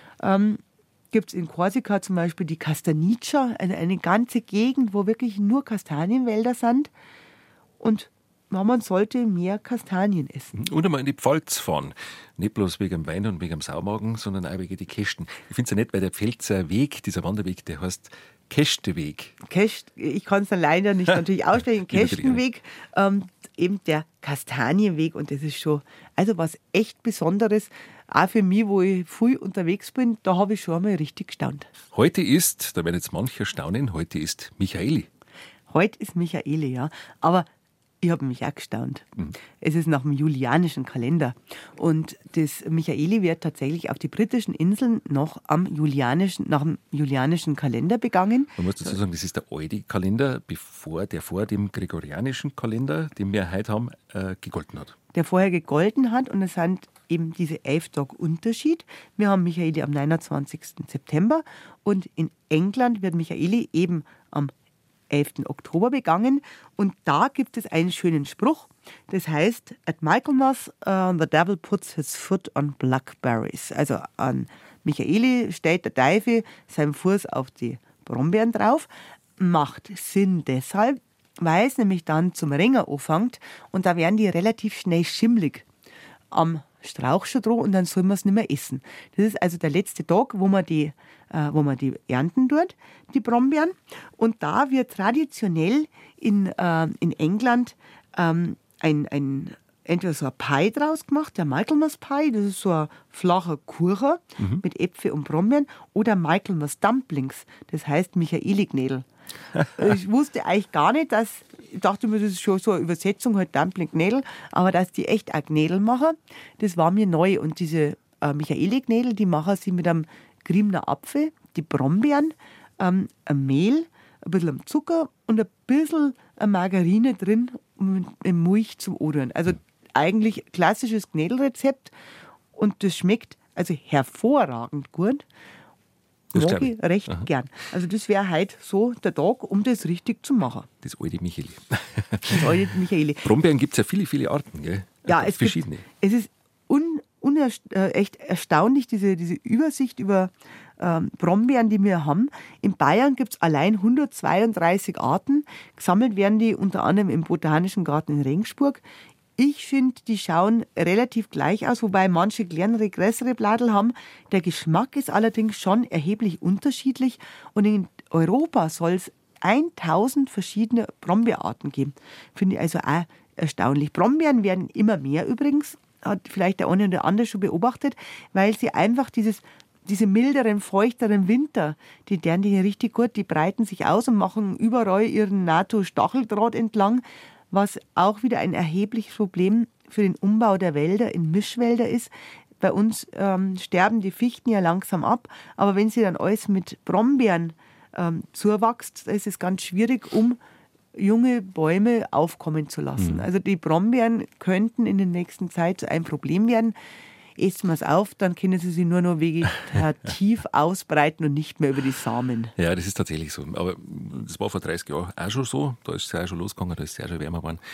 Gibt es in Korsika zum Beispiel die Castaniccia, eine ganze Gegend, wo wirklich nur Kastanienwälder sind. Und man sollte mehr Kastanien essen. Und einmal in die Pfalz fahren. Nicht bloß wegen dem Wein und wegen dem Saumagen, sondern auch wegen die Kästen. Ich finde es ja nett, weil der Pfälzer Weg, dieser Wanderweg, der heißt Kästeweg. Ich kann es dann leider nicht natürlich aussprechen. Kästenweg, eben der Kastanienweg. Und das ist schon was echt Besonderes. Auch für mich, wo ich viel unterwegs bin, da habe ich schon einmal richtig gestaunt. Heute ist, da werden jetzt manche staunen, heute ist Michaeli. Heute ist Michaeli, ja. Aber ich habe mich auch gestaunt. Es ist nach dem julianischen Kalender. Und das Michaeli wird tatsächlich auf die britischen Inseln noch nach dem julianischen Kalender begangen. Man muss dazu sagen, das ist der alte Kalender, der vor dem gregorianischen Kalender, den wir heute haben, gegolten hat. Der vorher gegolten hat und es sind eben diese 11 Tage Unterschied. Wir haben Michaeli am 29. September und in England wird Michaeli eben am 11. Oktober begangen und da gibt es einen schönen Spruch, das heißt, at Michaelmas the devil puts his foot on blackberries. Also an Michaeli stellt der Teufel seinen Fuß auf die Brombeeren drauf. Macht Sinn deshalb, weil es nämlich dann zum Ringen anfängt und da werden die relativ schnell schimmlig am Strauch schon dran und dann soll man es nicht mehr essen. Das ist also der letzte Tag, wo man die ernten tut, die Brombeeren. Und da wird traditionell in England entweder so ein Pie draus gemacht, der Michaelmas Pie, das ist so ein flacher Kuchen mit Äpfel und Brombeeren, oder Michaelmas Dumplings, das heißt Michaeli-Knädel. Ich wusste eigentlich gar nicht, ich dachte mir, das ist schon so eine Übersetzung, halt Dumpling-Knädel, aber dass die echt auch Knädel machen, das war mir neu. Und diese Michaeli-Knädel, die machen sie mit einem geriebener Apfel, die Brombeeren, ein Mehl, ein bisschen Zucker und ein bisschen Margarine drin und mit Milch zum Anrühren. Also eigentlich klassisches Knädelrezept und das schmeckt also hervorragend gut. Das mag ich recht gern. Also das wäre heute so der Tag, um das richtig zu machen. Das alte Michaeli. Das alte Michaeli. Brombeeren gibt es ja viele, viele Arten, gell? Ja, verschiedene. Es ist echt erstaunlich, diese Übersicht über Brombeeren, die wir haben. In Bayern gibt es allein 132 Arten. Gesammelt werden die unter anderem im Botanischen Garten in Regensburg. Ich finde, die schauen relativ gleich aus, wobei manche kleinere, größere Bladel haben. Der Geschmack ist allerdings schon erheblich unterschiedlich. Und in Europa soll es 1000 verschiedene Brombeerarten geben. Finde ich also auch erstaunlich. Brombeeren werden immer mehr übrigens, hat vielleicht der eine oder andere schon beobachtet, weil sie einfach diese milderen, feuchteren Winter, die richtig gut, die breiten sich aus und machen überall ihren NATO-Stacheldraht entlang, was auch wieder ein erhebliches Problem für den Umbau der Wälder in Mischwälder ist. Bei uns sterben die Fichten ja langsam ab, aber wenn sie dann alles mit Brombeeren zuwächst, ist es ganz schwierig, um junge Bäume aufkommen zu lassen. Also die Brombeeren könnten in der nächsten Zeit ein Problem werden. Essen wir es auf, dann können sie sich nur noch vegetativ ausbreiten und nicht mehr über die Samen. Ja, das ist tatsächlich so. Aber das war vor 30 Jahren auch schon so. Da ist es ja auch schon losgegangen, da ist es ja schon wärmer geworden.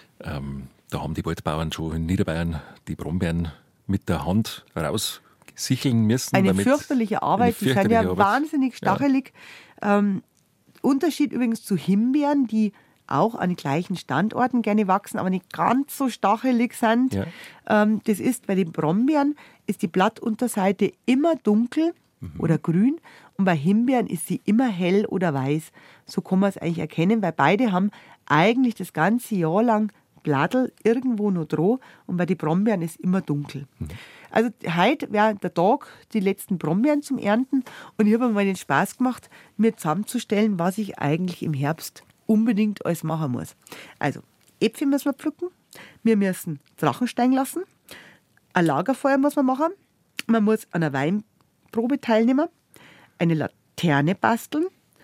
Da haben die Waldbauern schon in Niederbayern die Brombeeren mit der Hand raussicheln müssen. Eine fürchterliche Arbeit, die sind ja wahnsinnig stachelig. Ja. Unterschied übrigens zu Himbeeren, die auch an den gleichen Standorten gerne wachsen, aber nicht ganz so stachelig sind. Ja. Das ist bei den Brombeeren, ist die Blattunterseite immer dunkel oder grün und bei Himbeeren ist sie immer hell oder weiß. So kann man es eigentlich erkennen, weil beide haben eigentlich das ganze Jahr lang Blattel irgendwo noch dran und bei den Brombeeren ist immer dunkel. Also heute wäre der Tag, die letzten Brombeeren zum Ernten und ich habe mir mal den Spaß gemacht, mir zusammenzustellen, was ich eigentlich im Herbst unbedingt alles machen muss. Also, Äpfel müssen wir pflücken, wir müssen Drachen steigen lassen, ein Lagerfeuer muss man machen, man muss an einer Weinprobe teilnehmen, eine Laterne basteln,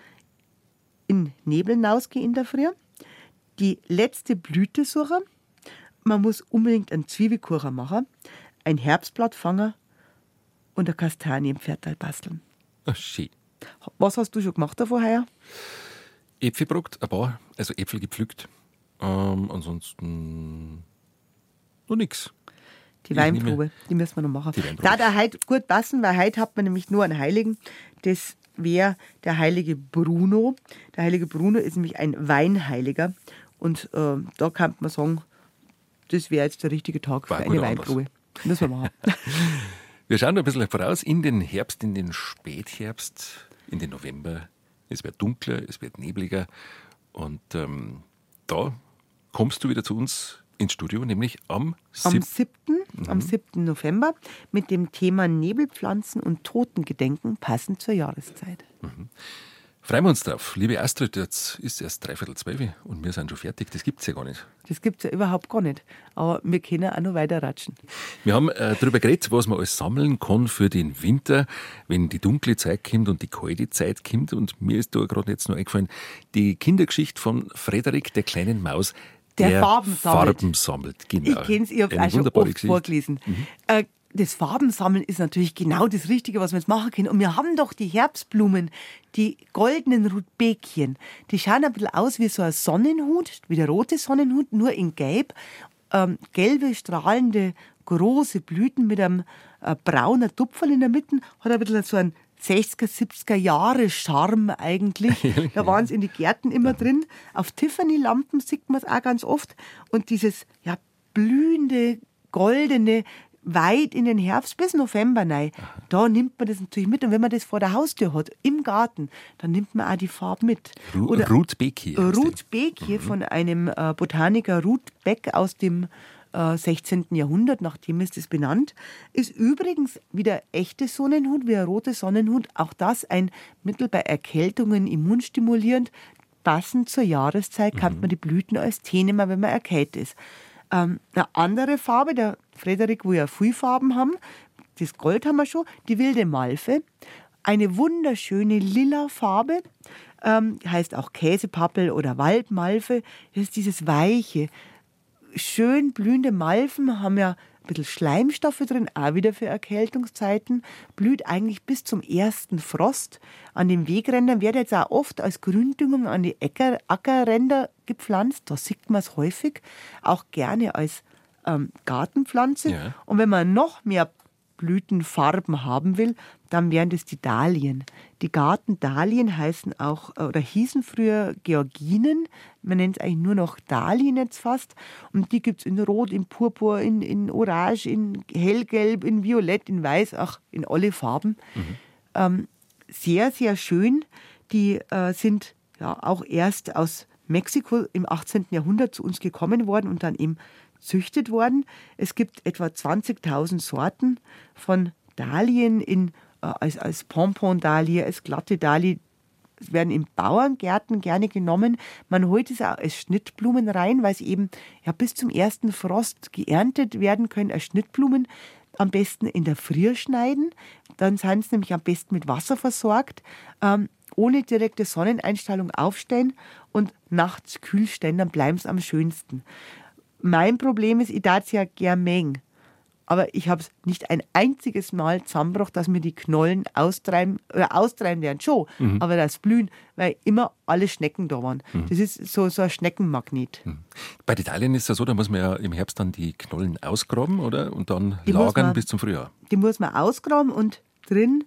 in Nebel hinausgehen in der Früh, die letzte Blüte suchen, man muss unbedingt einen Zwiebelkuchen machen, ein Herbstblatt fangen und eine Kastanie im Pferdteil basteln. Ach, schön. Was hast du schon gemacht davon heuer? Äpfel gebrockt, ein paar, also Äpfel gepflückt. Ansonsten noch nichts. Die Weinprobe, die müssen wir noch machen. Da der heute gut passen, weil heute hat man nämlich nur einen Heiligen. Das wäre der heilige Bruno. Der heilige Bruno ist nämlich ein Weinheiliger. Und da kann man sagen, das wäre jetzt der richtige Tag für eine Weinprobe. Müssen wir machen. Wir schauen noch ein bisschen voraus in den Herbst, in den Spätherbst, in den November. Es wird dunkler, es wird nebliger und da kommst du wieder zu uns ins Studio, nämlich am 7. November mit dem Thema Nebelpflanzen und Totengedenken passend zur Jahreszeit. Freuen wir uns drauf. Liebe Astrid, jetzt ist es erst 11:45 und wir sind schon fertig. Das gibt es ja gar nicht. Das gibt es ja überhaupt gar nicht. Aber wir können auch noch weiter ratschen. Wir haben darüber geredet, was man alles sammeln kann für den Winter, wenn die dunkle Zeit kommt und die kalte Zeit kommt. Und mir ist da gerade jetzt noch eingefallen, die Kindergeschichte von Frederik, der kleinen Maus, der Farben sammelt. Genau. Ich kenne es, ich habe es auch schon oft vorgelesen. Das Farbensammeln ist natürlich genau das Richtige, was wir jetzt machen können. Und wir haben doch die Herbstblumen, die goldenen Rudbekien. Die schauen ein bisschen aus wie so ein Sonnenhut, wie der rote Sonnenhut, nur in Gelb. Gelbe, strahlende, große Blüten mit einem braunen Tupferl in der Mitte. Hat ein bisschen so einen 60er, 70er Jahre Charme eigentlich. Da waren es in die Gärten immer drin. Auf Tiffany-Lampen sieht man es auch ganz oft. Und dieses blühende, goldene, weit in den Herbst bis November rein, da nimmt man das natürlich mit. Und wenn man das vor der Haustür hat, im Garten, dann nimmt man auch die Farbe mit. Rudbeckie. Rudbeckie von einem Botaniker Ruth Beck aus dem 16. Jahrhundert, nach dem ist es benannt, ist übrigens wie der echte Sonnenhut, wie der rote Sonnenhut, auch das ein Mittel bei Erkältungen, immunstimulierend. Passend zur Jahreszeit kann man die Blüten als Tee nehmen, wenn man erkältet ist. Eine andere Farbe, der Frederik, wo ja viele Farben haben, das Gold haben wir schon, die wilde Malve, eine wunderschöne lila Farbe, heißt auch Käsepappel oder Waldmalve, das ist dieses weiche, schön blühende Malven haben ja ein bisschen Schleimstoffe drin, auch wieder für Erkältungszeiten, blüht eigentlich bis zum ersten Frost. An den Wegrändern wird jetzt auch oft als Gründüngung an die Ackerränder gepflanzt, da sieht man es häufig, auch gerne als Gartenpflanze. Ja. Und wenn man noch mehr Blütenfarben haben will, dann wären das die Dahlien. Die Gartendahlien heißen auch oder hießen früher Georginen. Man nennt es eigentlich nur noch Dahlien jetzt fast. Und die gibt es in Rot, in Purpur, in Orange, in Hellgelb, in Violett, in Weiß, ach, in alle Farben. Sehr, sehr schön. Die sind ja auch erst aus Mexiko im 18. Jahrhundert zu uns gekommen worden und dann eben züchtet worden. Es gibt etwa 20.000 Sorten von Dahlien als Pompon-Dahlie, als glatte Dahlie. Es werden in Bauerngärten gerne genommen. Man holt es auch als Schnittblumen rein, weil sie eben bis zum ersten Frost geerntet werden können als Schnittblumen. Am besten in der Früh schneiden. Dann sind sie nämlich am besten mit Wasser versorgt. Ohne direkte Sonneneinstrahlung aufstellen und nachts kühl stellen, dann bleiben sie am schönsten. Mein Problem ist, ich darf es ja gern mengen. Aber ich habe es nicht ein einziges Mal zusammengebracht, dass mir die Knollen austreiben werden schon, aber das Blühen, weil immer alle Schnecken da waren. Das ist so ein Schneckenmagnet. Bei den Dahlien ist es ja so, da muss man ja im Herbst dann die Knollen ausgraben, oder? Und dann Die lagern bis zum Frühjahr. Die muss man ausgraben und drin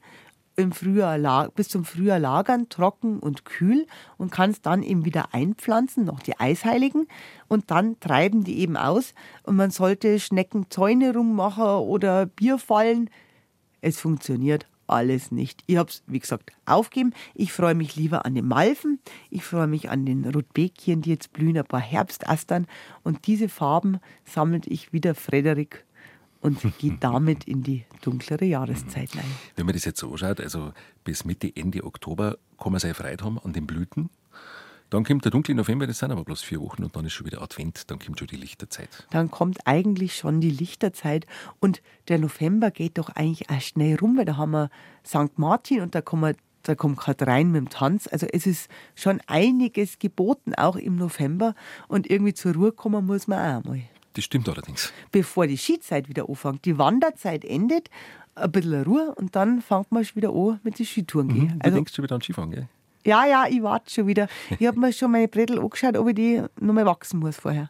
bis zum Frühjahr lagern, trocken und kühl, und kann es dann eben wieder einpflanzen, noch die Eisheiligen, und dann treiben die eben aus, und man sollte Schneckenzäune rummachen oder Bierfallen. Es funktioniert alles nicht. Ich habe es, wie gesagt, aufgegeben. Ich freue mich lieber an den Malven, ich freue mich an den Rotbeekchen, die jetzt blühen, ein paar Herbstastern, und diese Farben sammelt ich wieder Frederik und geht damit in die dunklere Jahreszeit rein. Wenn man das jetzt so anschaut, also bis Mitte, Ende Oktober kann man seine Freude haben an den Blüten. Dann kommt der dunkle November, das sind aber bloß 4 Wochen, und dann ist schon wieder Advent, dann kommt schon die Lichterzeit. Dann kommt eigentlich schon die Lichterzeit, und der November geht doch eigentlich auch schnell rum, weil da haben wir St. Martin und da kommt gerade rein mit dem Tanz. Also es ist schon einiges geboten, auch im November, und irgendwie zur Ruhe kommen muss man auch einmal. Das stimmt allerdings. Bevor die Skizeit wieder anfängt. Die Wanderzeit endet, ein bisschen Ruhe, und dann fängt man schon wieder an mit den Skitouren gehen. Du denkst schon wieder an Skifahren, gell? Ja, ich warte schon wieder. Ich habe mir schon meine Brettel angeschaut, ob ich die noch mal wachsen muss vorher.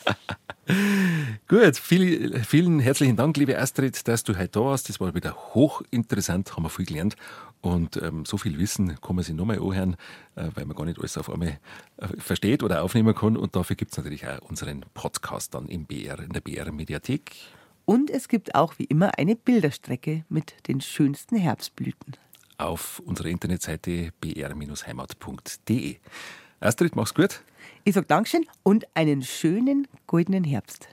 Gut, vielen herzlichen Dank, liebe Astrid, dass du heute da warst. Das war wieder hochinteressant, haben wir viel gelernt. Und so viel Wissen kann man sich nochmal anhören, weil man gar nicht alles auf einmal versteht oder aufnehmen kann. Und dafür gibt es natürlich auch unseren Podcast dann in der BR-Mediathek. Und es gibt auch wie immer eine Bilderstrecke mit den schönsten Herbstblüten. Auf unserer Internetseite br-heimat.de. Astrid, mach's gut. Ich sage Dankeschön und einen schönen goldenen Herbst.